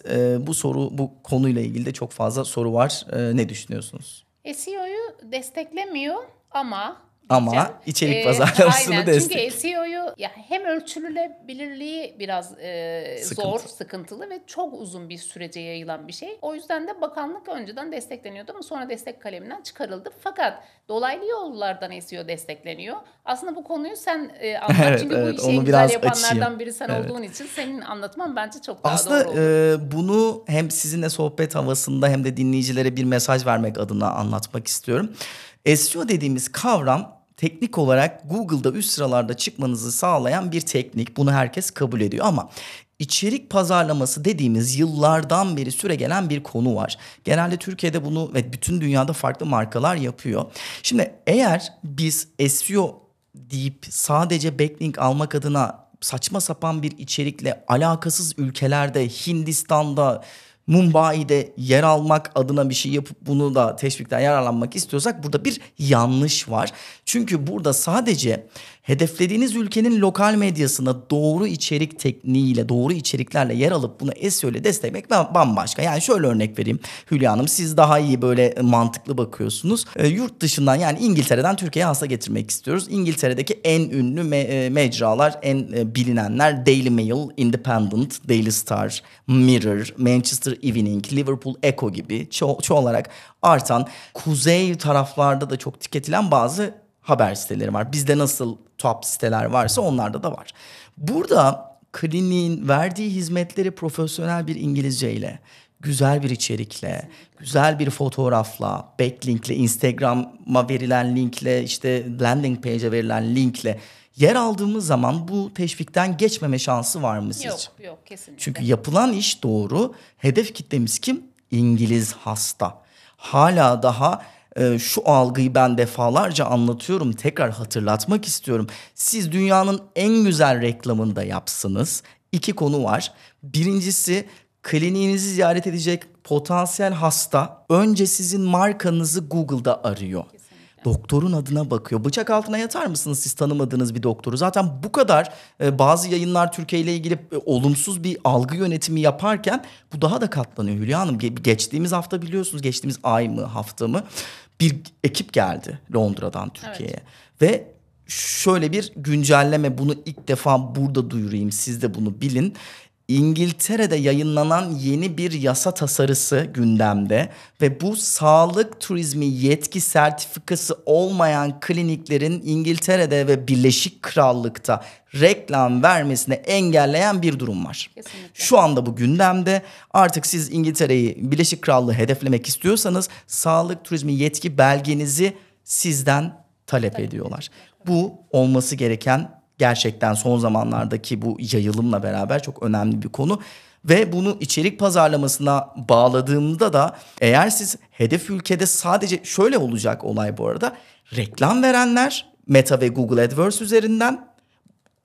Bu konuyla ilgili de çok fazla soru var. Ne düşünüyorsunuz? SEO'yu desteklemiyor ama Ama diyeceğim. içerik pazarlamasını Aynen destekliyor. çünkü SEO'yu ya hem ölçülülebilirliği biraz zor, sıkıntılı ve çok uzun bir sürece yayılan bir şey. O yüzden de bakanlık önceden destekleniyordu ama sonra destek kaleminden çıkarıldı. Fakat dolaylı yollardan SEO destekleniyor. Aslında bu konuyu sen anlat Evet, çünkü bu evet, işi onu en biraz güzel yapanlardan açayım. biri sen Evet. olduğun için senin anlatman bence çok daha Aslında doğru olur. bunu hem sizinle sohbet havasında hem de dinleyicilere bir mesaj vermek adına anlatmak istiyorum. SEO dediğimiz kavram teknik olarak Google'da üst sıralarda çıkmanızı sağlayan bir teknik. Bunu herkes kabul ediyor ama içerik pazarlaması dediğimiz yıllardan beri süregelen bir konu var. Genelde Türkiye'de bunu ve bütün dünyada farklı markalar yapıyor. Şimdi eğer biz SEO deyip sadece backlink almak adına saçma sapan bir içerikle alakasız ülkelerde, Hindistan'da, Mumbai'de yer almak adına bir şey yapıp bunu da teşvikten yararlanmak istiyorsak burada bir yanlış var. Çünkü burada sadece hedeflediğiniz ülkenin lokal medyasına doğru içerik tekniğiyle, doğru içeriklerle yer alıp bunu SEO ile desteklemek bambaşka. Yani şöyle örnek vereyim Hülya Hanım, siz daha iyi böyle mantıklı bakıyorsunuz. Yurt dışından, yani İngiltere'den Türkiye'ye hasta getirmek istiyoruz. İngiltere'deki en ünlü mecralar, en bilinenler Daily Mail, Independent, Daily Star, Mirror, Manchester Evening, Liverpool Echo gibi çoğalarak artan, kuzey taraflarda da çok tüketilen bazı haber siteleri var. Bizde nasıl top siteler varsa onlarda da var. Burada kliniğin verdiği hizmetleri profesyonel bir İngilizceyle, güzel bir içerikle, güzel bir fotoğrafla, backlinkle, Instagram'a verilen linkle, işte landing page'e verilen linkle yer aldığımız zaman bu teşvikten geçmeme şansı var mı sizce? Yok kesinlikle. Çünkü yapılan iş doğru. Hedef kitlemiz kim? İngiliz hasta. Hala daha şu algıyı ben defalarca anlatıyorum. Tekrar hatırlatmak istiyorum. Siz dünyanın en güzel reklamını da yapsınız. İki konu var. Birincisi, kliniğinizi ziyaret edecek potansiyel hasta önce sizin markanızı Google'da arıyor. Doktorun adına bakıyor. Bıçak altına yatar mısınız siz tanımadığınız bir doktoru? Zaten bu kadar bazı yayınlar Türkiye ile ilgili olumsuz bir algı yönetimi yaparken bu daha da katlanıyor Hülya Hanım. Geçtiğimiz hafta biliyorsunuz, geçtiğimiz ay mı hafta mı bir ekip geldi Londra'dan Türkiye'ye. Ve şöyle bir güncelleme, bunu ilk defa burada duyurayım, siz de bunu bilin. İngiltere'de yayınlanan yeni bir yasa tasarısı gündemde ve bu sağlık turizmi yetki sertifikası olmayan kliniklerin İngiltere'de ve Birleşik Krallık'ta reklam vermesine engelleyen bir durum var. Kesinlikle. Şu anda bu gündemde. Artık siz İngiltere'yi, Birleşik Krallığı hedeflemek istiyorsanız sağlık turizmi yetki belgenizi sizden talep ediyorlar. Bu olması gereken, gerçekten son zamanlardaki bu yayılımla beraber çok önemli bir konu. Ve bunu içerik pazarlamasına bağladığımda da eğer siz hedef ülkede sadece şöyle olacak olay bu arada. Reklam verenler Meta ve Google AdWords üzerinden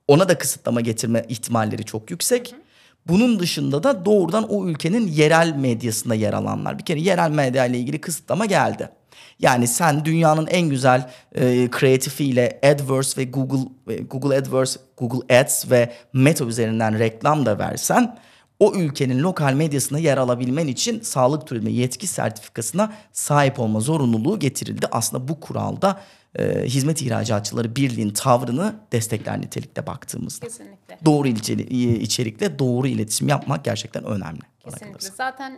Ona da kısıtlama getirme ihtimalleri çok yüksek. Bunun dışında da doğrudan o ülkenin yerel medyasında yer alanlar. Bir kere yerel medya ile ilgili kısıtlama geldi. Yani sen dünyanın en güzel kreatifiyle AdWords ve Google AdWords, Google Ads ve Meta üzerinden reklam da versen o ülkenin lokal medyasında yer alabilmen için sağlık turizmi yetki sertifikasına sahip olma zorunluluğu getirildi. Aslında bu kuralda Hizmet İhracatçıları Birliği'nin tavrını destekler nitelikte baktığımızda. Kesinlikle. Doğru içerikle doğru iletişim yapmak gerçekten önemli. Kesinlikle. Zaten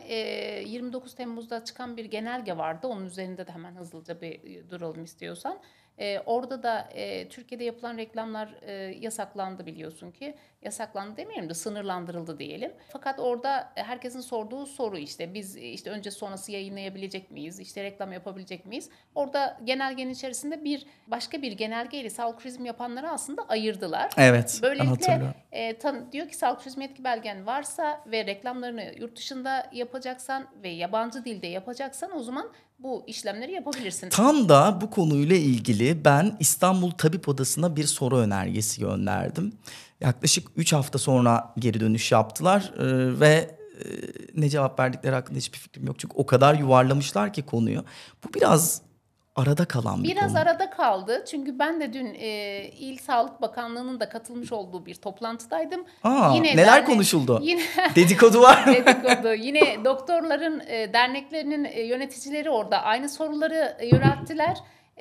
29 Temmuz'da çıkan bir genelge vardı. Onun üzerinde de hemen hızlıca bir duralım istiyorsan. Orada da Türkiye'de yapılan reklamlar yasaklandı biliyorsun ki. Yasaklandı demeyelim de sınırlandırıldı diyelim. Fakat orada herkesin sorduğu soru işte biz işte önce sonrası yayınlayabilecek miyiz? İşte reklam yapabilecek miyiz? Orada genelgenin içerisinde başka bir genelgeyle sağlık turizmi yapanları aslında ayırdılar. Evet. Böylelikle diyor ki sağlık turizmi yetki belgen varsa ve reklamlarını yurt dışında yapacaksan ve yabancı dilde yapacaksan o zaman bu işlemleri yapabilirsin. Tam da bu konuyla ilgili ben İstanbul Tabip Odası'na bir soru önergesi gönderdim. Yaklaşık 3 hafta sonra geri dönüş yaptılar ve ne cevap verdikleri hakkında hiçbir fikrim yok. Çünkü o kadar yuvarlamışlar ki konuyu. Bu biraz arada kalan bir konu. Biraz arada kaldı. Çünkü ben de dün İl Sağlık Bakanlığı'nın da katılmış olduğu bir toplantıdaydım. Neler konuşuldu? Dedikodu var mı? Dedikodu. Yine doktorların derneklerinin yöneticileri orada aynı soruları yönelttiler.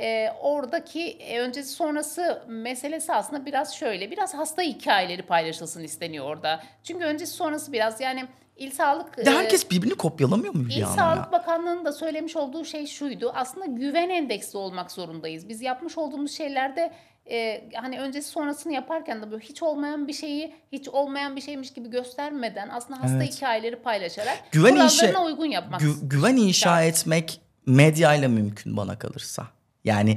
Oradaki öncesi sonrası meselesi aslında biraz hasta hikayeleri paylaşılsın isteniyor orada. Çünkü öncesi sonrası biraz yani İl Sağlık... Herkes birbirini kopyalamıyor mu Hülya İl Sağlık Bakanlığı'nın da söylemiş olduğu şey şuydu. Aslında güven endeksli olmak zorundayız. Biz yapmış olduğumuz şeylerde hani öncesi sonrasını yaparken de böyle hiç olmayan bir şeyi hiç olmayan bir şeymiş gibi göstermeden aslında hasta hikayeleri paylaşarak kurallarına uygun yapmak. Güven inşa etmek medyayla mümkün bana kalırsa. Yani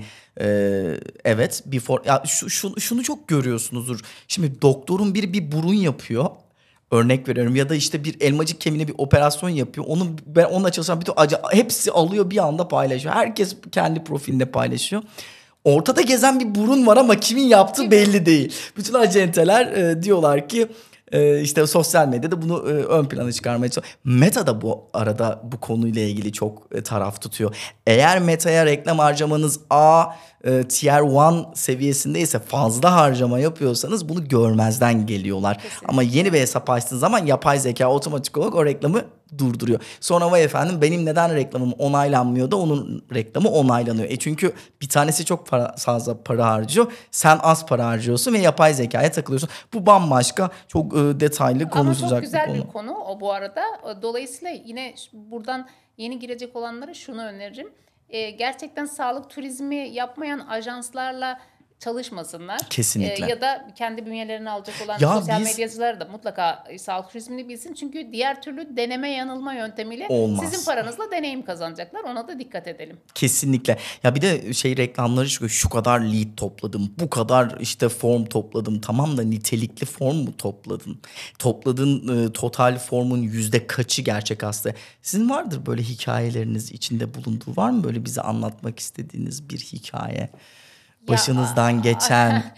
evet şunu çok görüyorsunuzdur. Şimdi doktorun bir burun yapıyor. Örnek veriyorum ya da işte bir elmacık kemiğine bir operasyon yapıyor. Onunla çalışan bütün hepsi alıyor bir anda paylaşıyor. Herkes kendi profilinde paylaşıyor. Ortada gezen bir burun var ama kimin yaptığı belli değil. Bütün acenteler diyorlar ki işte sosyal medyada bunu ön plana çıkarmaya çalışıyor. Meta da bu arada bu konuyla ilgili çok taraf tutuyor. Eğer Meta'ya reklam harcamanız Tier 1 seviyesindeyse fazla harcama yapıyorsanız bunu görmezden geliyorlar. Kesinlikle. Ama yeni bir hesap açtığınız zaman yapay zeka otomatik olarak o reklamı durduruyor. Sonra vay efendim benim neden reklamım onaylanmıyor da onun reklamı onaylanıyor. Çünkü bir tanesi çok fazla para harcıyor. Sen az para harcıyorsun ve yapay zekaya takılıyorsun. Bu bambaşka çok detaylı konuşulacak bir konu. Ama çok güzel bir konu o bu arada. Dolayısıyla yine buradan yeni girecek olanlara şunu öneririm. Gerçekten sağlık turizmi yapmayan ajanslarla çalışmasınlar. Kesinlikle. Ya da kendi bünyelerini alacak olan sosyal medyacılar da mutlaka sağlık turizmini bilsin. Çünkü diğer türlü deneme yanılma yöntemiyle sizin paranızla deneyim kazanacaklar. Ona da dikkat edelim. Kesinlikle. Ya bir de reklamları çıkıyor. Şu kadar lead topladım. Bu kadar işte form topladım. Tamam da nitelikli form mu topladın? Topladığın total formun kaçı gerçek hasta? Sizin vardır böyle hikayeleriniz içinde bulunduğu var mı böyle bize anlatmak istediğiniz bir hikaye? Başınızdan geçen.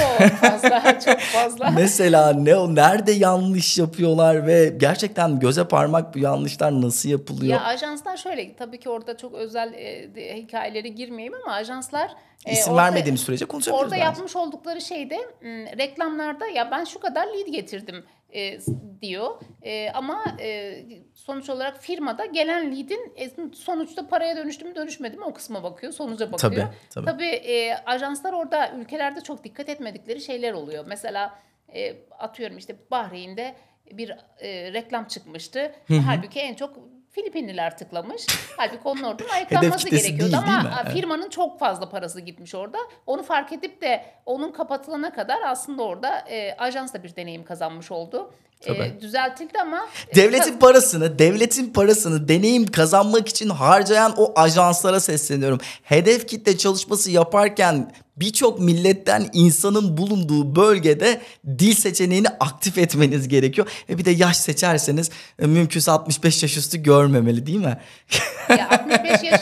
Çok fazla. Mesela nerede yanlış yapıyorlar ve gerçekten göze parmak bu yanlışlar nasıl yapılıyor? Ya ajanslar şöyle tabii ki orada çok özel hikayeleri girmeyeyim ama ajanslar İsim vermediğim sürece konuşabiliriz. Orada yapmış oldukları şeyde reklamlarda ya ben şu kadar lead getirdim diyor. Ama sonuç olarak firmada gelen lead'in sonuçta paraya dönüştü mü dönüşmedi mi o kısma bakıyor. Sonuca bakıyor. Tabii ajanslar orada ülkelerde çok dikkat etmedikleri şeyler oluyor. Mesela atıyorum işte Bahreyn'de bir reklam çıkmıştı. Halbuki en çok Filipinliler tıklamış. Halbuki onun oradan ayıklanması gerekiyordu ama firmanın çok fazla parası gitmiş orada. Onu fark edip de onun kapatılana kadar aslında orada ajans da bir deneyim kazanmış oldu. Düzeltildi ama devletin parasını deneyim kazanmak için harcayan o ajanslara sesleniyorum. Hedef kitle çalışması yaparken birçok milletten insanın bulunduğu bölgede dil seçeneğini aktif etmeniz gerekiyor. Bir de yaş seçerseniz mümkünse 65 yaş üstü görmemeli değil mi? Ya 65 yaşı üzeri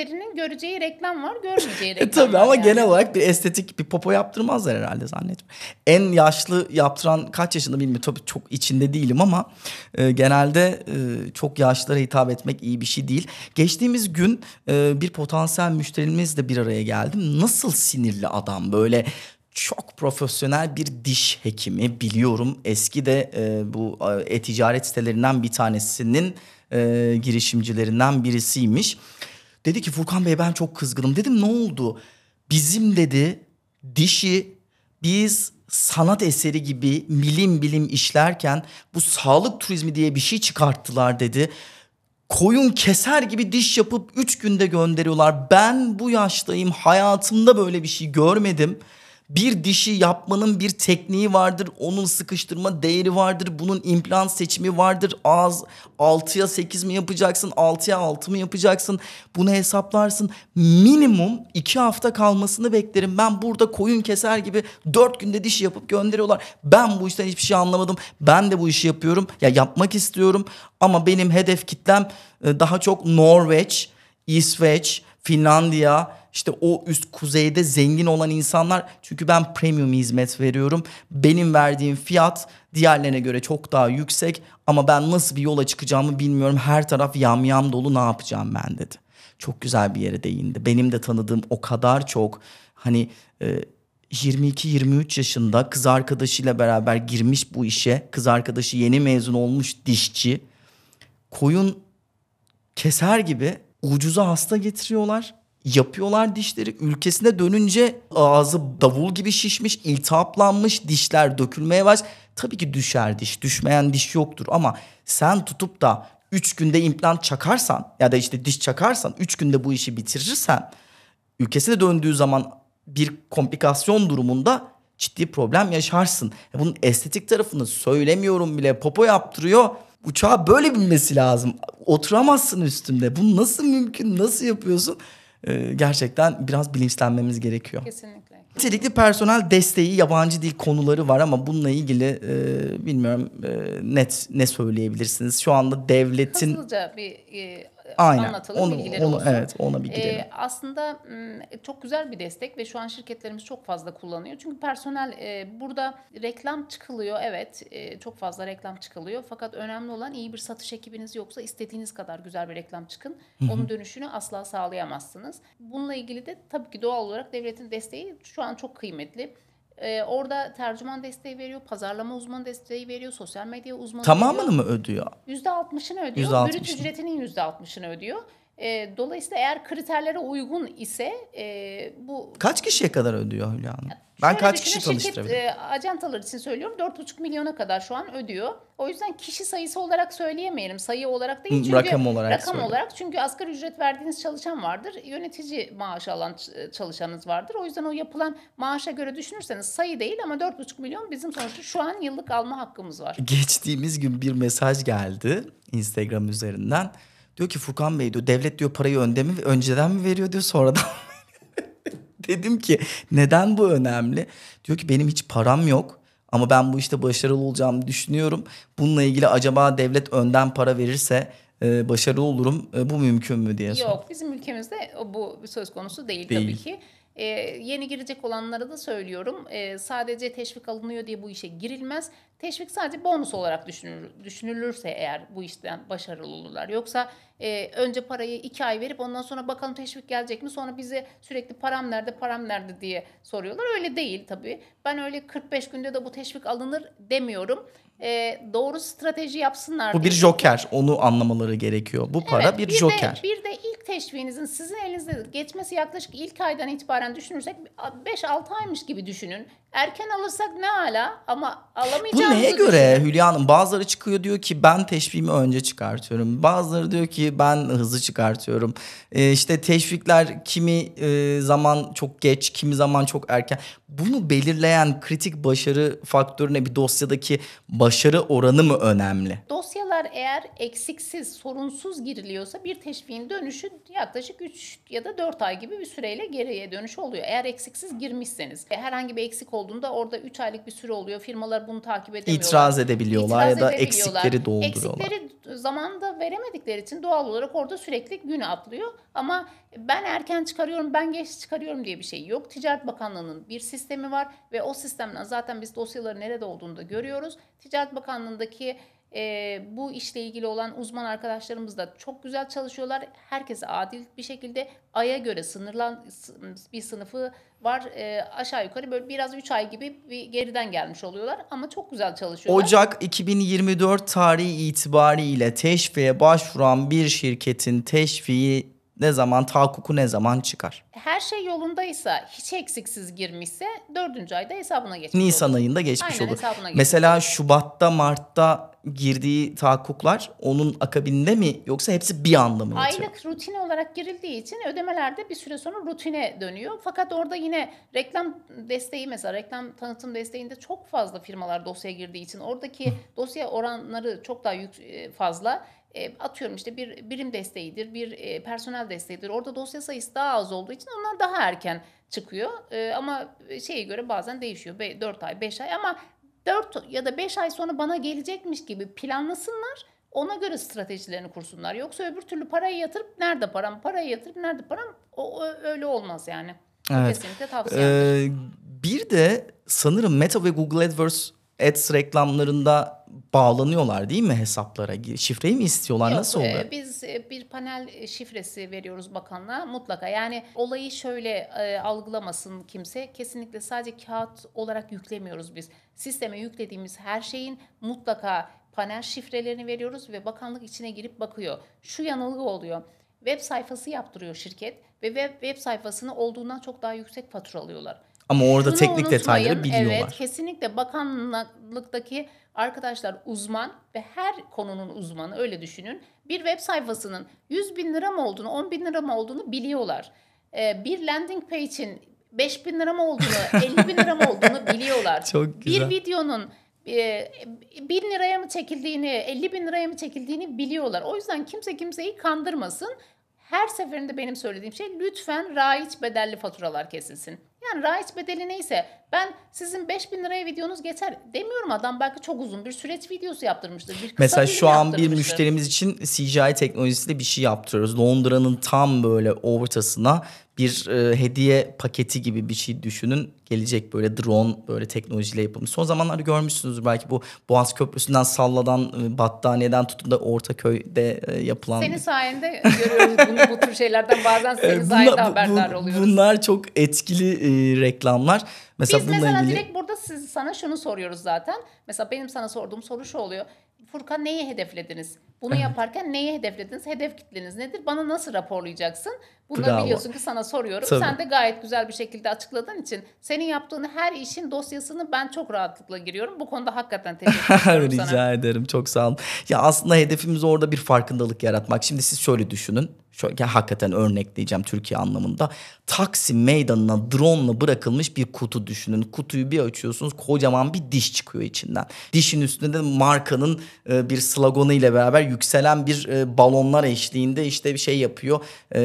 birilerinin göreceği reklam var, görmeyeceği reklam Tabii var ama yani. genel olarak bir estetik bir popo yaptırmazlar herhalde zannetmiyorum. En yaşlı yaptıran kaç yaşında bilmiyorum. Tabii çok içinde değilim ama genelde çok yaşlılara hitap etmek iyi bir şey değil. Geçtiğimiz gün bir potansiyel müşterimizle bir araya geldim. Nasıl sinirli adam, böyle çok profesyonel bir diş hekimi, biliyorum. Eski de bu e-ticaret sitelerinden bir tanesinin girişimcilerinden birisiymiş. Dedi ki Furkan Bey ben çok kızgınım. Dedim ne oldu? Bizim dedi dişi biz sanat eseri gibi milim bilim işlerken bu sağlık turizmi diye bir şey çıkarttılar dedi. Koyun keser gibi diş yapıp 3 günde gönderiyorlar. Ben bu yaştayım, hayatımda böyle bir şey görmedim. Bir dişi yapmanın bir tekniği vardır. Onun sıkıştırma değeri vardır. Bunun implant seçimi vardır. Ağız 6'ya 8 mi yapacaksın? 6'ya 6 mı yapacaksın? Bunu hesaplarsın. Minimum 2 hafta kalmasını beklerim. Ben burada koyun keser gibi 4 günde diş yapıp gönderiyorlar. Ben bu işten hiçbir şey anlamadım. Ben de bu işi yapıyorum. Ya yapmak istiyorum. Ama benim hedef kitlem daha çok Norveç, İsveç, Finlandiya, işte o üst kuzeyde zengin olan insanlar. Çünkü ben premium hizmet veriyorum. Benim verdiğim fiyat diğerlerine göre çok daha yüksek. Ama ben nasıl bir yola çıkacağımı bilmiyorum. Her taraf yamyam dolu, ne yapacağım ben dedi. Çok güzel bir yere değindi. Benim de tanıdığım o kadar çok hani 22-23 yaşında kız arkadaşıyla beraber girmiş bu işe. Kız arkadaşı yeni mezun olmuş dişçi. Koyun keser gibi ucuza hasta getiriyorlar. Yapıyorlar dişleri. Ülkesine dönünce ağzı davul gibi şişmiş, iltihaplanmış, dişler dökülmeye baş. Tabii ki düşer diş. Düşmeyen diş yoktur ama sen tutup da 3 günde implant çakarsan ya da işte diş çakarsan 3 günde bu işi bitirirsen ülkesine döndüğü zaman bir komplikasyon durumunda ciddi problem yaşarsın. Bunun estetik tarafını söylemiyorum bile. Popo yaptırıyor. Uçağa böyle binmesi lazım. Oturamazsın üstünde. Bu nasıl mümkün? Nasıl yapıyorsun? Gerçekten biraz bilinçlenmemiz gerekiyor. Kesinlikle. Nitelikli personel desteği, yabancı dil konuları var ama bununla ilgili bilmiyorum net ne söyleyebilirsiniz? Şu anda devletin... Hızlıca bir Aynen. anlatalım, bilgileri olsun. Evet, ona bir girelim. Aslında çok güzel bir destek ve şu an şirketlerimiz çok fazla kullanıyor. Çünkü personel burada reklam çıkılıyor. Evet, çok fazla reklam çıkılıyor. Fakat önemli olan iyi bir satış ekibiniz yoksa istediğiniz kadar güzel bir reklam çıkın. Onun dönüşünü asla sağlayamazsınız. Bununla ilgili de tabii ki doğal olarak devletin desteği şu an çok kıymetli. Orada tercüman desteği veriyor, pazarlama uzmanı desteği veriyor, sosyal medya uzmanı Tamamını veriyor. mı ödüyor? %60'ını ödüyor. %60'ını. Brüt ücretinin %60'ını ödüyor. Dolayısıyla eğer kriterlere uygun ise bu... Kaç kişiye kadar ödüyor Hülya Hanım? Ben Şöyle kaç düşünün, kişi tanıştırabilirim? şirket ajantalar için söylüyorum 4,5 milyona kadar şu an ödüyor. O yüzden kişi sayısı olarak söyleyemeyelim. Sayı olarak değil. Çünkü Rakam olarak söyle. çünkü asgari ücret verdiğiniz çalışan vardır. Yönetici maaşı alan çalışanınız vardır. O yüzden o yapılan maaşa göre düşünürseniz sayı değil ama 4,5 milyon bizim sonuçta şu an yıllık alma hakkımız var. Geçtiğimiz gün bir mesaj geldi Instagram üzerinden. Diyor ki Furkan Bey diyor devlet diyor parayı önceden mi veriyor diyor sonradan mı? Dedim ki neden bu önemli? Diyor ki benim hiç param yok ama ben bu işte başarılı olacağımı düşünüyorum. Bununla ilgili acaba devlet önden para verirse başarılı olurum. Bu mümkün mü diye sordum. Yok, bizim ülkemizde bu söz konusu değil. Tabii ki. Yeni girecek olanlara da söylüyorum. Sadece teşvik alınıyor diye bu işe girilmez. Teşvik sadece bonus olarak düşünülürse eğer bu işten başarılı olurlar. Yoksa önce parayı 2 ay verip ondan sonra bakalım teşvik gelecek mi? Sonra bize sürekli param nerede diye soruyorlar. Öyle değil tabii. Ben öyle 45 günde de bu teşvik alınır demiyorum. Doğru strateji yapsınlar. Bu bir joker. Onu anlamaları gerekiyor. Bu para Evet, bir joker. Bir de ilk teşviğinizin sizin elinizde geçmesi yaklaşık ilk aydan itibaren düşünürsek 5-6 aymış gibi düşünün. Erken alırsak ne ala ama Bu alamayacağımızı neye göre düşünün. Hülya Hanım? Bazıları çıkıyor diyor ki ben teşviğimi önce çıkartıyorum. Bazıları diyor ki ben hızlı çıkartıyorum. İşte teşvikler kimi zaman çok geç, kimi zaman çok erken. Bunu belirleyen kritik başarı faktörüne bir dosyadaki başarı oranı mı önemli? Dosyalar eğer eksiksiz, sorunsuz giriliyorsa bir teşviğin dönüşü yaklaşık 3 ya da 4 ay gibi bir süreyle geriye dönüş oluyor. Eğer eksiksiz girmişseniz. Herhangi bir eksik olduğunda orada 3 aylık bir süre oluyor. Firmalar bunu takip edemiyorlar. İtiraz edebiliyorlar ya da edebiliyorlar. eksikleri dolduruyorlar. Eksikleri zamanında veremedikleri için doğal olarak orada sürekli gün atlıyor. Ama ben erken çıkarıyorum, ben geç çıkarıyorum diye bir şey yok. Ticaret Bakanlığı'nın bir sistemi var ve o sistemden zaten biz dosyaların nerede olduğunu da görüyoruz. Ticaret Bakanlığı'ndaki bu işle ilgili olan uzman arkadaşlarımız da çok güzel çalışıyorlar. Herkese adil bir şekilde aya göre sınırlan bir sınıfı var. Aşağı yukarı böyle biraz 3 ay gibi bir geriden gelmiş oluyorlar ama çok güzel çalışıyorlar. Ocak 2024 tarihi itibariyle teşviğe başvuran bir şirketin teşviği ne zaman, tahakkuku ne zaman çıkar? Her şey yolundaysa, hiç eksiksiz girmişse 4. ayda hesabına geçmiş olur. Nisan ayında geçmiş Aynen, olur. hesabına geçmiş Mesela olur. Şubat'ta, Mart'ta girdiği tahakkuklar onun akabinde mi yoksa hepsi bir anda mı yatıyor? Aylık rutin olarak girildiği için ödemelerde bir süre sonra rutine dönüyor. Fakat orada yine reklam desteği, mesela reklam tanıtım desteğinde çok fazla firmalar dosyaya girdiği için oradaki dosya oranları çok daha fazla. Atıyorum işte bir birim desteğidir, bir personel desteğidir. Orada dosya sayısı daha az olduğu için onlar daha erken çıkıyor. Ama şeye göre bazen değişiyor. 4 ay, 5 ay ama 4 ya da 5 ay sonra bana gelecekmiş gibi planlasınlar. Ona göre stratejilerini kursunlar. Yoksa öbür türlü parayı yatırıp nerede param, parayı yatırıp nerede param, öyle olmaz yani. Evet. Kesinlikle tavsiyemdir. Bir de sanırım Meta ve Google Ads reklamlarında bağlanıyorlar değil mi hesaplara? Şifreyi mi istiyorlar? Yok, Nasıl oluyor? biz bir panel şifresi veriyoruz bakanlığa mutlaka. Yani olayı şöyle algılamasın kimse. Kesinlikle sadece kağıt olarak yüklemiyoruz biz. Sisteme yüklediğimiz her şeyin mutlaka panel şifrelerini veriyoruz ve bakanlık içine girip bakıyor. Şu yanılgı oluyor. Web sayfası yaptırıyor şirket ve web sayfasını olduğundan çok daha yüksek fatura alıyorlar. Ama orada Şunu teknik detayları unutmayın, biliyorlar. evet, kesinlikle bakanlıktaki arkadaşlar uzman ve her konunun uzmanı, öyle düşünün. Bir web sayfasının 100 bin lira mı olduğunu, 10 bin lira mı olduğunu biliyorlar. Bir landing page'in 5 bin lira mı olduğunu, 50 bin lira mı olduğunu biliyorlar. Çok güzel. Bir videonun 1000 liraya mı çekildiğini, 50 bin liraya mı çekildiğini biliyorlar. O yüzden kimse kimseyi kandırmasın. Her seferinde benim söylediğim şey, lütfen raiç bedelli faturalar kesilsin. Yani raiç bedeli neyse, ben sizin 5.000 liraya videonuz geçer demiyorum. Adam belki çok uzun bir süreç videosu yaptırmıştır. Bir kısa Mesela film şu an bir yaptırmıştır. müşterimiz için CGI teknolojisiyle bir şey yaptırıyoruz. Londra'nın tam böyle ortasına bir hediye paketi gibi bir şey düşünün. Gelecek böyle drone böyle teknolojiyle yapılmış. Son zamanlarda görmüşsünüzdür belki bu Boğaz Köprüsü'nden salladan battaniyeden tutun da Ortaköy'de yapılan. Senin sayende görüyoruz bu tür şeylerden, bazen senin sayende haberdar oluyoruz. Bunlar çok etkili reklamlar. Mesela Biz bununla mesela ilgili... direkt burada sana şunu soruyoruz zaten. Mesela benim sana sorduğum soru şu oluyor. Furkan, neyi hedeflediniz? Bunu yaparken neyi hedeflediniz? Hedef kitleniz nedir? Bana nasıl raporlayacaksın? Bunları Bravo. biliyorsun ki sana soruyorum. Tabii. Sen de gayet güzel bir şekilde açıkladığın için senin yaptığın her işin dosyasını ben çok rahatlıkla giriyorum. Bu konuda hakikaten teşekkür ediyorum sana. Rica ederim, çok sağ olun. Ya aslında hedefimiz orada bir farkındalık yaratmak. Şimdi siz şöyle düşünün. Şöyle, hakikaten örnekleyeceğim Türkiye anlamında. Taksim Meydanı'na drone'la bırakılmış bir kutu düşünün. Kutuyu bir açıyorsunuz, kocaman bir diş çıkıyor içinden. Dişin üstünde de markanın bir sloganı ile beraber yükselen bir balonlar eşliğinde işte bir şey yapıyor.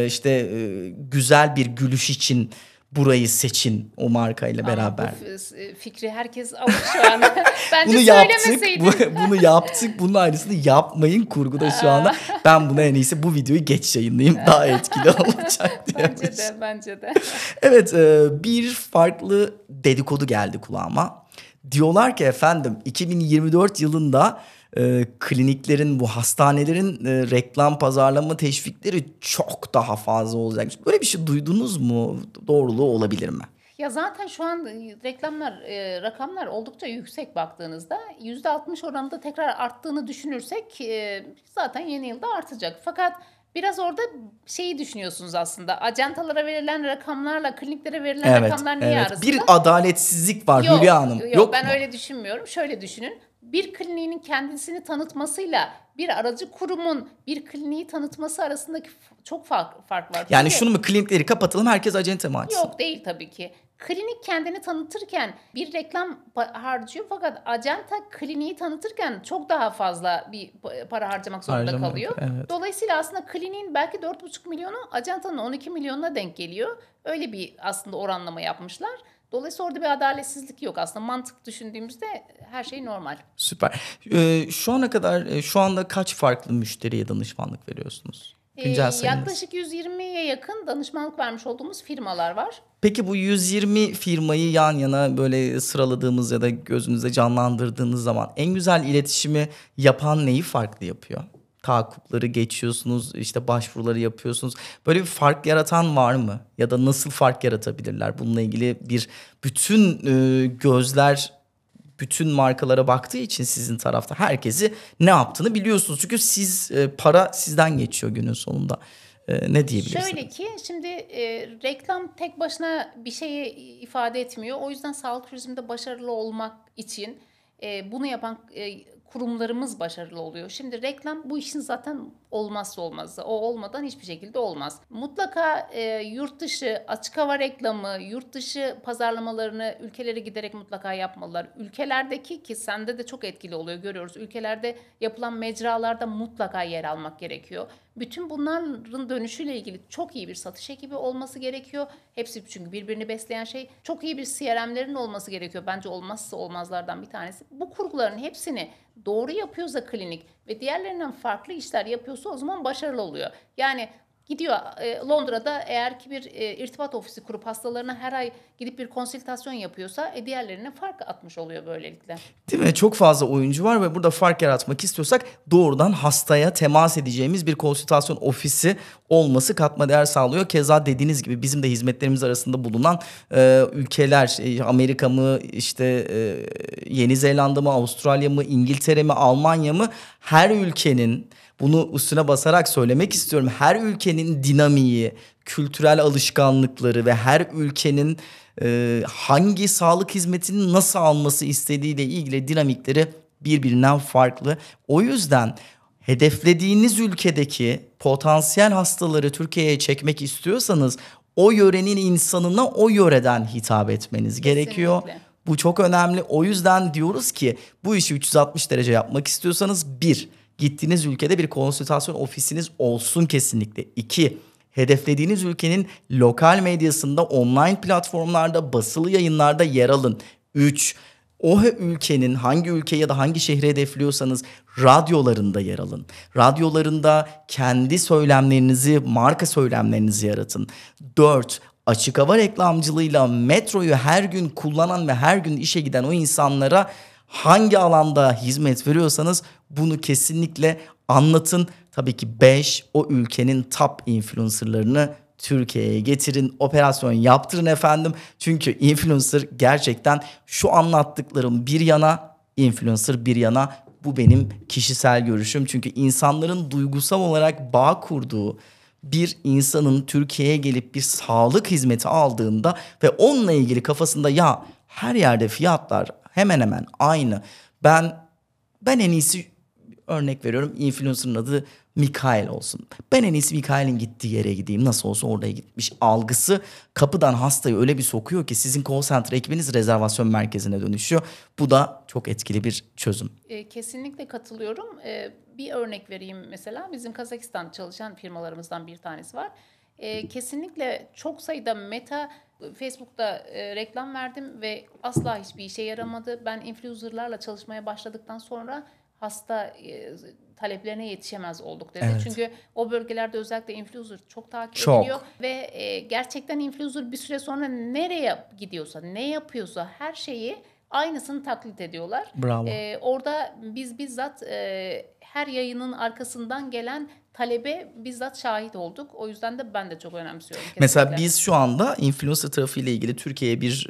Güzel bir gülüş için burayı seçin o markayla beraber. Bu fikri herkes alır şu an. Bence Bunu yaptık. söylemeseydin. Bunu yaptık. Bunun aynısını yapmayın kurguda şu anda. Ben buna en iyisi bu videoyu geç yayınlayayım. Daha etkili olacak diye. Bence de. Evet, bir farklı dedikodu geldi kulağıma. Diyorlar ki efendim 2024 yılında kliniklerin, bu hastanelerin reklam pazarlama teşvikleri çok daha fazla olacak. Böyle bir şey duydunuz mu? Doğruluğu olabilir mi? Ya zaten şu an rakamlar oldukça yüksek baktığınızda. %60 oranında tekrar arttığını düşünürsek zaten yeni yılda artacak. Fakat biraz orada şeyi düşünüyorsunuz aslında. Ajantalara verilen rakamlarla kliniklere verilen rakamlar niye arasında? Bir adaletsizlik var Hülya Hanım. Yok ben mu? öyle düşünmüyorum. Şöyle düşünün. Bir kliniğin kendisini tanıtmasıyla bir aracı kurumun bir kliniği tanıtması arasındaki çok fark var. Yani Çünkü şunu mu, klinikleri kapatalım, herkes acente mi açsın? yok, değil tabii ki. Klinik kendini tanıtırken bir reklam harcıyor, fakat acenta kliniği tanıtırken çok daha fazla bir para harcamak zorunda kalıyor. Evet. Dolayısıyla aslında kliniğin belki 4,5 milyonu acentanın 12 milyonuna denk geliyor. Öyle bir aslında oranlama yapmışlar. Dolayısıyla orada bir adaletsizlik yok. Aslında mantık düşündüğümüzde her şey normal. Süper. Şu ana kadar şu anda kaç farklı müşteriye danışmanlık veriyorsunuz? Güncel sayınız. Yaklaşık 120'ye yakın danışmanlık vermiş olduğumuz firmalar var. Peki bu 120 firmayı yan yana böyle sıraladığımız ya da gözünüzde canlandırdığınız zaman en güzel iletişimi yapan neyi farklı yapıyor? Tahakkukları geçiyorsunuz, işte başvuruları yapıyorsunuz. Böyle bir fark yaratan var mı? Ya da nasıl fark yaratabilirler? Bununla ilgili bütün gözler bütün markalara baktığı için sizin tarafta herkesi ne yaptığını biliyorsunuz. Çünkü para sizden geçiyor günün sonunda. Ne diyebilirsiniz? Şöyle ki şimdi reklam tek başına bir şeyi ifade etmiyor. O yüzden sağlık turizminde başarılı olmak için bunu yapan kurumlarımız başarılı oluyor. Şimdi reklam bu işin zaten olmazsa olmazı. O olmadan hiçbir şekilde olmaz. Mutlaka yurt dışı açık hava reklamı, yurt dışı pazarlamalarını ülkelere giderek mutlaka yapmalılar. Ülkelerdeki ki sende de çok etkili oluyor görüyoruz. Ülkelerde yapılan mecralarda mutlaka yer almak gerekiyor. Bütün bunların dönüşüyle ilgili çok iyi bir satış ekibi olması gerekiyor. Hepsi çünkü birbirini besleyen şey. Çok iyi bir CRM'lerin olması gerekiyor. Bence olmazsa olmazlardan bir tanesi. Bu kurguların hepsini doğru yapıyorsa klinik ve diğerlerinden farklı işler yapıyorsa o zaman başarılı oluyor. Yani gidiyor Londra'da eğer ki bir irtibat ofisi kurup hastalarına her ay gidip bir konsültasyon yapıyorsa diğerlerine fark atmış oluyor böylelikle. Değil mi? Çok fazla oyuncu var ve burada fark yaratmak istiyorsak doğrudan hastaya temas edeceğimiz bir konsültasyon ofisi olması katma değer sağlıyor. Keza dediğiniz gibi bizim de hizmetlerimiz arasında bulunan ülkeler Amerika mı Yeni Zelanda mı Avustralya mı İngiltere mi Almanya mı her ülkenin bunu üstüne basarak söylemek istiyorum. Her ülkenin dinamiği, kültürel alışkanlıkları ve her ülkenin hangi sağlık hizmetini nasıl alması istediğiyle ilgili dinamikleri birbirinden farklı. O yüzden hedeflediğiniz ülkedeki potansiyel hastaları Türkiye'ye çekmek istiyorsanız o yörenin insanına o yöreden hitap etmeniz gerekiyor. Bu çok önemli. O yüzden diyoruz ki bu işi 360 derece yapmak istiyorsanız gittiğiniz ülkede bir konsültasyon ofisiniz olsun kesinlikle. 2, hedeflediğiniz ülkenin lokal medyasında, online platformlarda, basılı yayınlarda yer alın. 3, o ülkenin hangi ülke ya da hangi şehri hedefliyorsanız radyolarında yer alın. Radyolarında kendi söylemlerinizi, marka söylemlerinizi yaratın. 4, açık hava reklamcılığıyla metroyu her gün kullanan ve her gün işe giden o insanlara hangi alanda hizmet veriyorsanız bunu kesinlikle anlatın. Tabii ki 5, o ülkenin top influencerlarını Türkiye'ye getirin, operasyon yaptırın efendim. Çünkü influencer gerçekten şu anlattıklarım bir yana, influencer bir yana. Bu benim kişisel görüşüm. Çünkü insanların duygusal olarak bağ kurduğu bir insanın Türkiye'ye gelip bir sağlık hizmeti aldığında ve onunla ilgili kafasında ya her yerde fiyatlar hemen hemen aynı. Ben en iyisi örnek veriyorum influencer'ın adı Mikael olsun. Ben en iyisi Mikael'in gittiği yere gideyim. Nasıl olsa oraya gitmiş algısı kapıdan hastayı öyle bir sokuyor ki sizin call center ekibiniz rezervasyon merkezine dönüşüyor. Bu da çok etkili bir çözüm. Kesinlikle katılıyorum. Bir örnek vereyim mesela. Bizim Kazakistan çalışan firmalarımızdan bir tanesi var. Kesinlikle çok sayıda Facebook'ta reklam verdim ve asla hiçbir işe yaramadı. Ben influencer'larla çalışmaya başladıktan sonra hasta taleplerine yetişemez olduk dedi. Evet. Çünkü o bölgelerde özellikle influencer çok takip ediliyor ve gerçekten influencer bir süre sonra nereye gidiyorsa, ne yapıyorsa her şeyi aynısını taklit ediyorlar. Bravo. Orada biz bizzat her yayının arkasından gelen talebe bizzat şahit olduk. O yüzden de ben de çok önemsiyorum. Kesinlikle. Mesela biz şu anda influencer trafiğiyle ilgili Türkiye'ye bir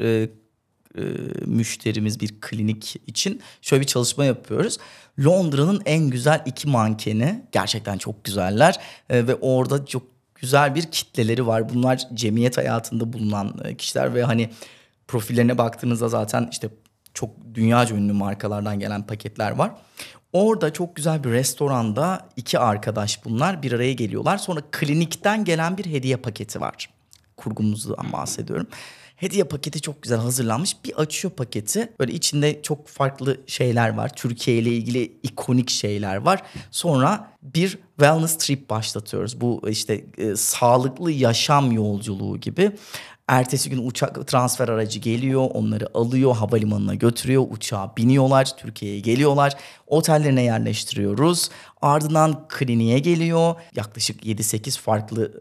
müşterimiz bir klinik için şöyle bir çalışma yapıyoruz. Londra'nın en güzel 2 mankeni gerçekten çok güzeller ve orada çok güzel bir kitleleri var. Bunlar cemiyet hayatında bulunan kişiler ve hani profillerine baktığınızda zaten işte çok dünyaca ünlü markalardan gelen paketler var. Orada çok güzel bir restoranda 2 arkadaş bunlar bir araya geliyorlar. Sonra klinikten gelen bir hediye paketi var. Kurgumuzdan bahsediyorum. Hediye paketi çok güzel hazırlanmış. Bir açıyor paketi. Böyle içinde çok farklı şeyler var. Türkiye ile ilgili ikonik şeyler var. Sonra bir wellness trip başlatıyoruz. Bu işte sağlıklı yaşam yolculuğu gibi. Ertesi gün uçak transfer aracı geliyor, onları alıyor, havalimanına götürüyor, uçağa biniyorlar, Türkiye'ye geliyorlar. Otellerine yerleştiriyoruz. Ardından kliniğe geliyor. Yaklaşık 7-8 farklı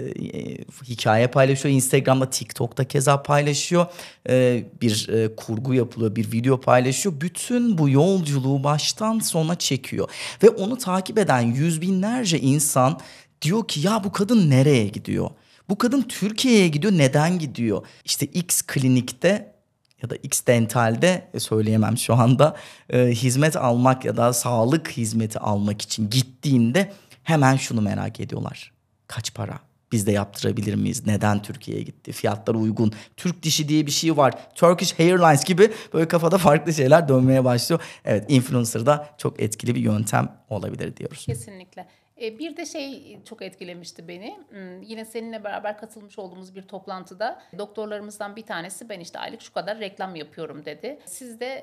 hikaye paylaşıyor. Instagram'da, TikTok'ta keza paylaşıyor. Bir kurgu yapılıyor, bir video paylaşıyor. Bütün bu yolculuğu baştan sona çekiyor. Ve onu takip eden yüz binlerce insan diyor ki ya bu kadın nereye gidiyor? Bu kadın Türkiye'ye gidiyor. Neden gidiyor? İşte X klinikte ya da X dentalde söyleyemem şu anda hizmet almak ya da sağlık hizmeti almak için gittiğinde hemen şunu merak ediyorlar. Kaç para? Biz de yaptırabilir miyiz? Neden Türkiye'ye gitti? Fiyatlar uygun. Türk dişi diye bir şey var. Turkish Airlines gibi böyle kafada farklı şeyler dönmeye başlıyor. Evet, influencer'da çok etkili bir yöntem olabilir diyoruz. Kesinlikle. Bir de çok etkilemişti beni. Yine seninle beraber katılmış olduğumuz bir toplantıda doktorlarımızdan bir tanesi ben işte aylık şu kadar reklam yapıyorum dedi. Siz de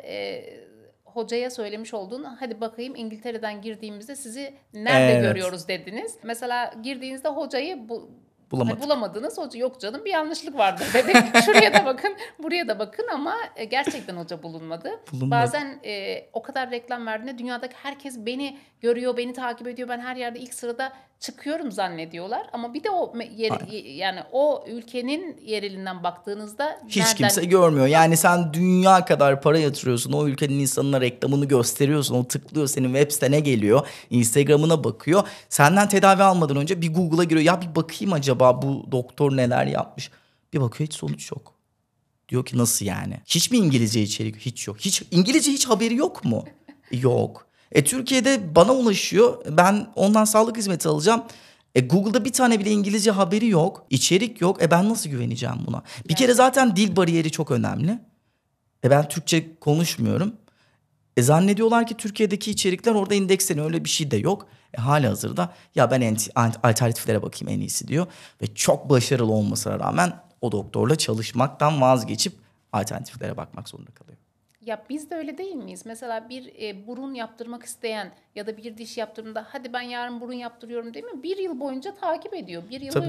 hocaya söylemiş olduğun hadi bakayım İngiltere'den girdiğimizde sizi nerede görüyoruz dediniz. Mesela girdiğinizde hocayı bulamadınız. Hoca yok canım bir yanlışlık vardır dedi. Şuraya da bakın, buraya da bakın ama gerçekten hoca bulunmadı. Bazen o kadar reklam verdiğinde dünyadaki herkes beni görüyor, beni takip ediyor. Ben her yerde ilk sırada çıkıyorum zannediyorlar. Ama bir de yani o ülkenin yerelinden baktığınızda hiç kimse görmüyor. Yani sen dünya kadar para yatırıyorsun. O ülkenin insanına reklamını gösteriyorsun. O tıklıyor, senin web sitene geliyor. Instagram'ına bakıyor. Senden tedavi almadan önce bir Google'a giriyor. Ya bir bakayım acaba bu doktor neler yapmış. Bir bakıyor hiç sonuç yok. Diyor ki nasıl yani? Hiç mi İngilizce içerik? Hiç yok. Hiç İngilizce hiç haberi yok mu? Yok. Türkiye'de bana ulaşıyor. Ben ondan sağlık hizmeti alacağım. Google'da bir tane bile İngilizce haberi yok. İçerik yok. Ben nasıl güveneceğim buna? Bir kere zaten dil bariyeri çok önemli. Ben Türkçe konuşmuyorum. Zannediyorlar ki Türkiye'deki içerikler orada indeksleniyor. Öyle bir şey de yok. Halihazırda ya ben alternatiflere bakayım en iyisi diyor. Ve çok başarılı olmasına rağmen o doktorla çalışmaktan vazgeçip alternatiflere bakmak zorunda kalıyor. Ya biz de öyle değil miyiz? Mesela bir burun yaptırmak isteyen ya da bir diş yaptırımda hadi ben yarın burun yaptırıyorum değil mi? Bir yıl boyunca takip ediyor. Bir yıl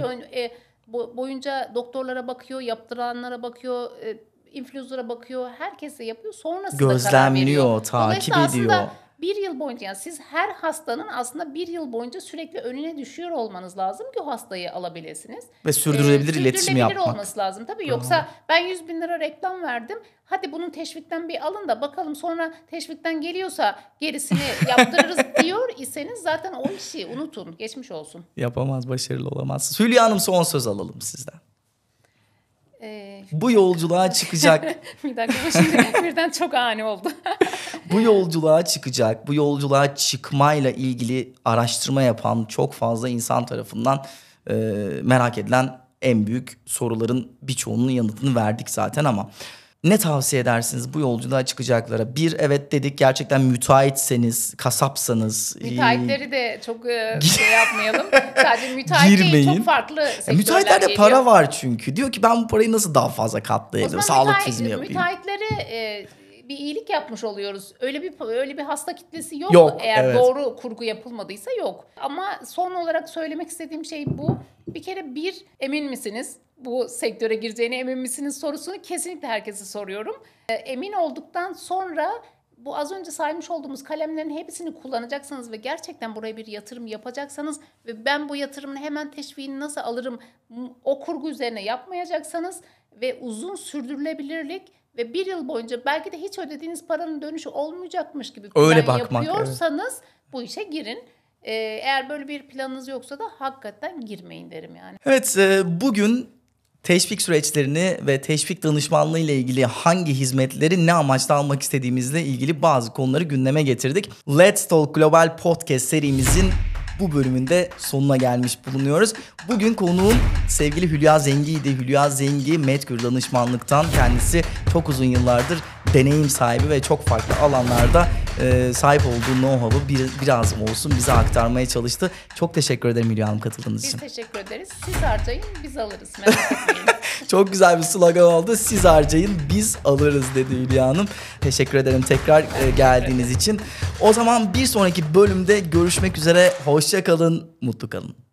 boyunca doktorlara bakıyor, yaptıranlara bakıyor, influencer'a bakıyor. Herkese yapıyor. Sonrasında gözlemliyor, takip ediyor. Bir yıl boyunca yani siz her hastanın aslında bir yıl boyunca sürekli önüne düşüyor olmanız lazım ki o hastayı alabilirsiniz. Ve sürdürülebilir iletişim yapmak. Olması lazım tabii. Yoksa ben 100 bin lira reklam verdim. Hadi bunun teşvikten bir alın da bakalım sonra teşvikten geliyorsa gerisini yaptırırız diyor iseniz zaten o işi unutun. Geçmiş olsun. Yapamaz, başarılı olamaz. Hülya Hanım son söz alalım sizden. Bu yolculuğa çıkacak. Bir dakika bu şimdi birden çok ani oldu. Bu yolculuğa çıkacak, bu yolculuğa çıkmayla ilgili araştırma yapan çok fazla insan tarafından merak edilen en büyük soruların birçoğunun yanıtını verdik zaten ama ne tavsiye edersiniz bu yolculuğa çıkacaklara? Bir, evet dedik, gerçekten müteahhitseniz, kasapsanız. Müteahhitleri de çok yapmayalım. Sadece müteahhit değil, çok farklı sektörler müteahhitlerde geliyor. para var çünkü. Diyor ki ben bu parayı nasıl daha fazla katlayabilirim? Sağlık turizmi yapayım. Müteahhitlere bir iyilik yapmış oluyoruz. Öyle bir hasta kitlesi yok. Eğer doğru kurgu yapılmadıysa yok. Ama son olarak söylemek istediğim şey bu. Bir kere emin misiniz? Bu sektöre gireceğine emin misiniz sorusunu kesinlikle herkese soruyorum. Emin olduktan sonra bu az önce saymış olduğumuz kalemlerin hepsini kullanacaksanız ve gerçekten buraya bir yatırım yapacaksanız ve ben bu yatırımın hemen teşviğini nasıl alırım o kurgu üzerine yapmayacaksanız ve uzun sürdürülebilirlik ve bir yıl boyunca belki de hiç ödediğiniz paranın dönüşü olmayacakmış gibi plan yapıyorsanız bu işe girin. Eğer böyle bir planınız yoksa da hakikaten girmeyin derim yani. Evet, bugün teşvik süreçlerini ve teşvik danışmanlığı ile ilgili hangi hizmetleri ne amaçla almak istediğimizle ilgili bazı konuları gündeme getirdik. Let's Talk Global Podcast serimizin bu bölümünde sonuna gelmiş bulunuyoruz. Bugün konuğum sevgili Hülya Zengi'ydi. Hülya Zengi, Medcure danışmanlıktan, kendisi çok uzun yıllardır deneyim sahibi ve çok farklı alanlarda sahip olduğu know-how'u biraz olsun bize aktarmaya çalıştı. Çok teşekkür ederim Hülya Hanım katıldığınız için. Biz teşekkür ederiz. Siz harcayın, biz alırız. Merak etmeyin. Çok güzel bir slogan oldu. Siz harcayın, biz alırız dedi Hülya Hanım. Teşekkür ederim tekrar geldiğiniz için. O zaman bir sonraki bölümde görüşmek üzere. Hoşça kalın, mutlu kalın.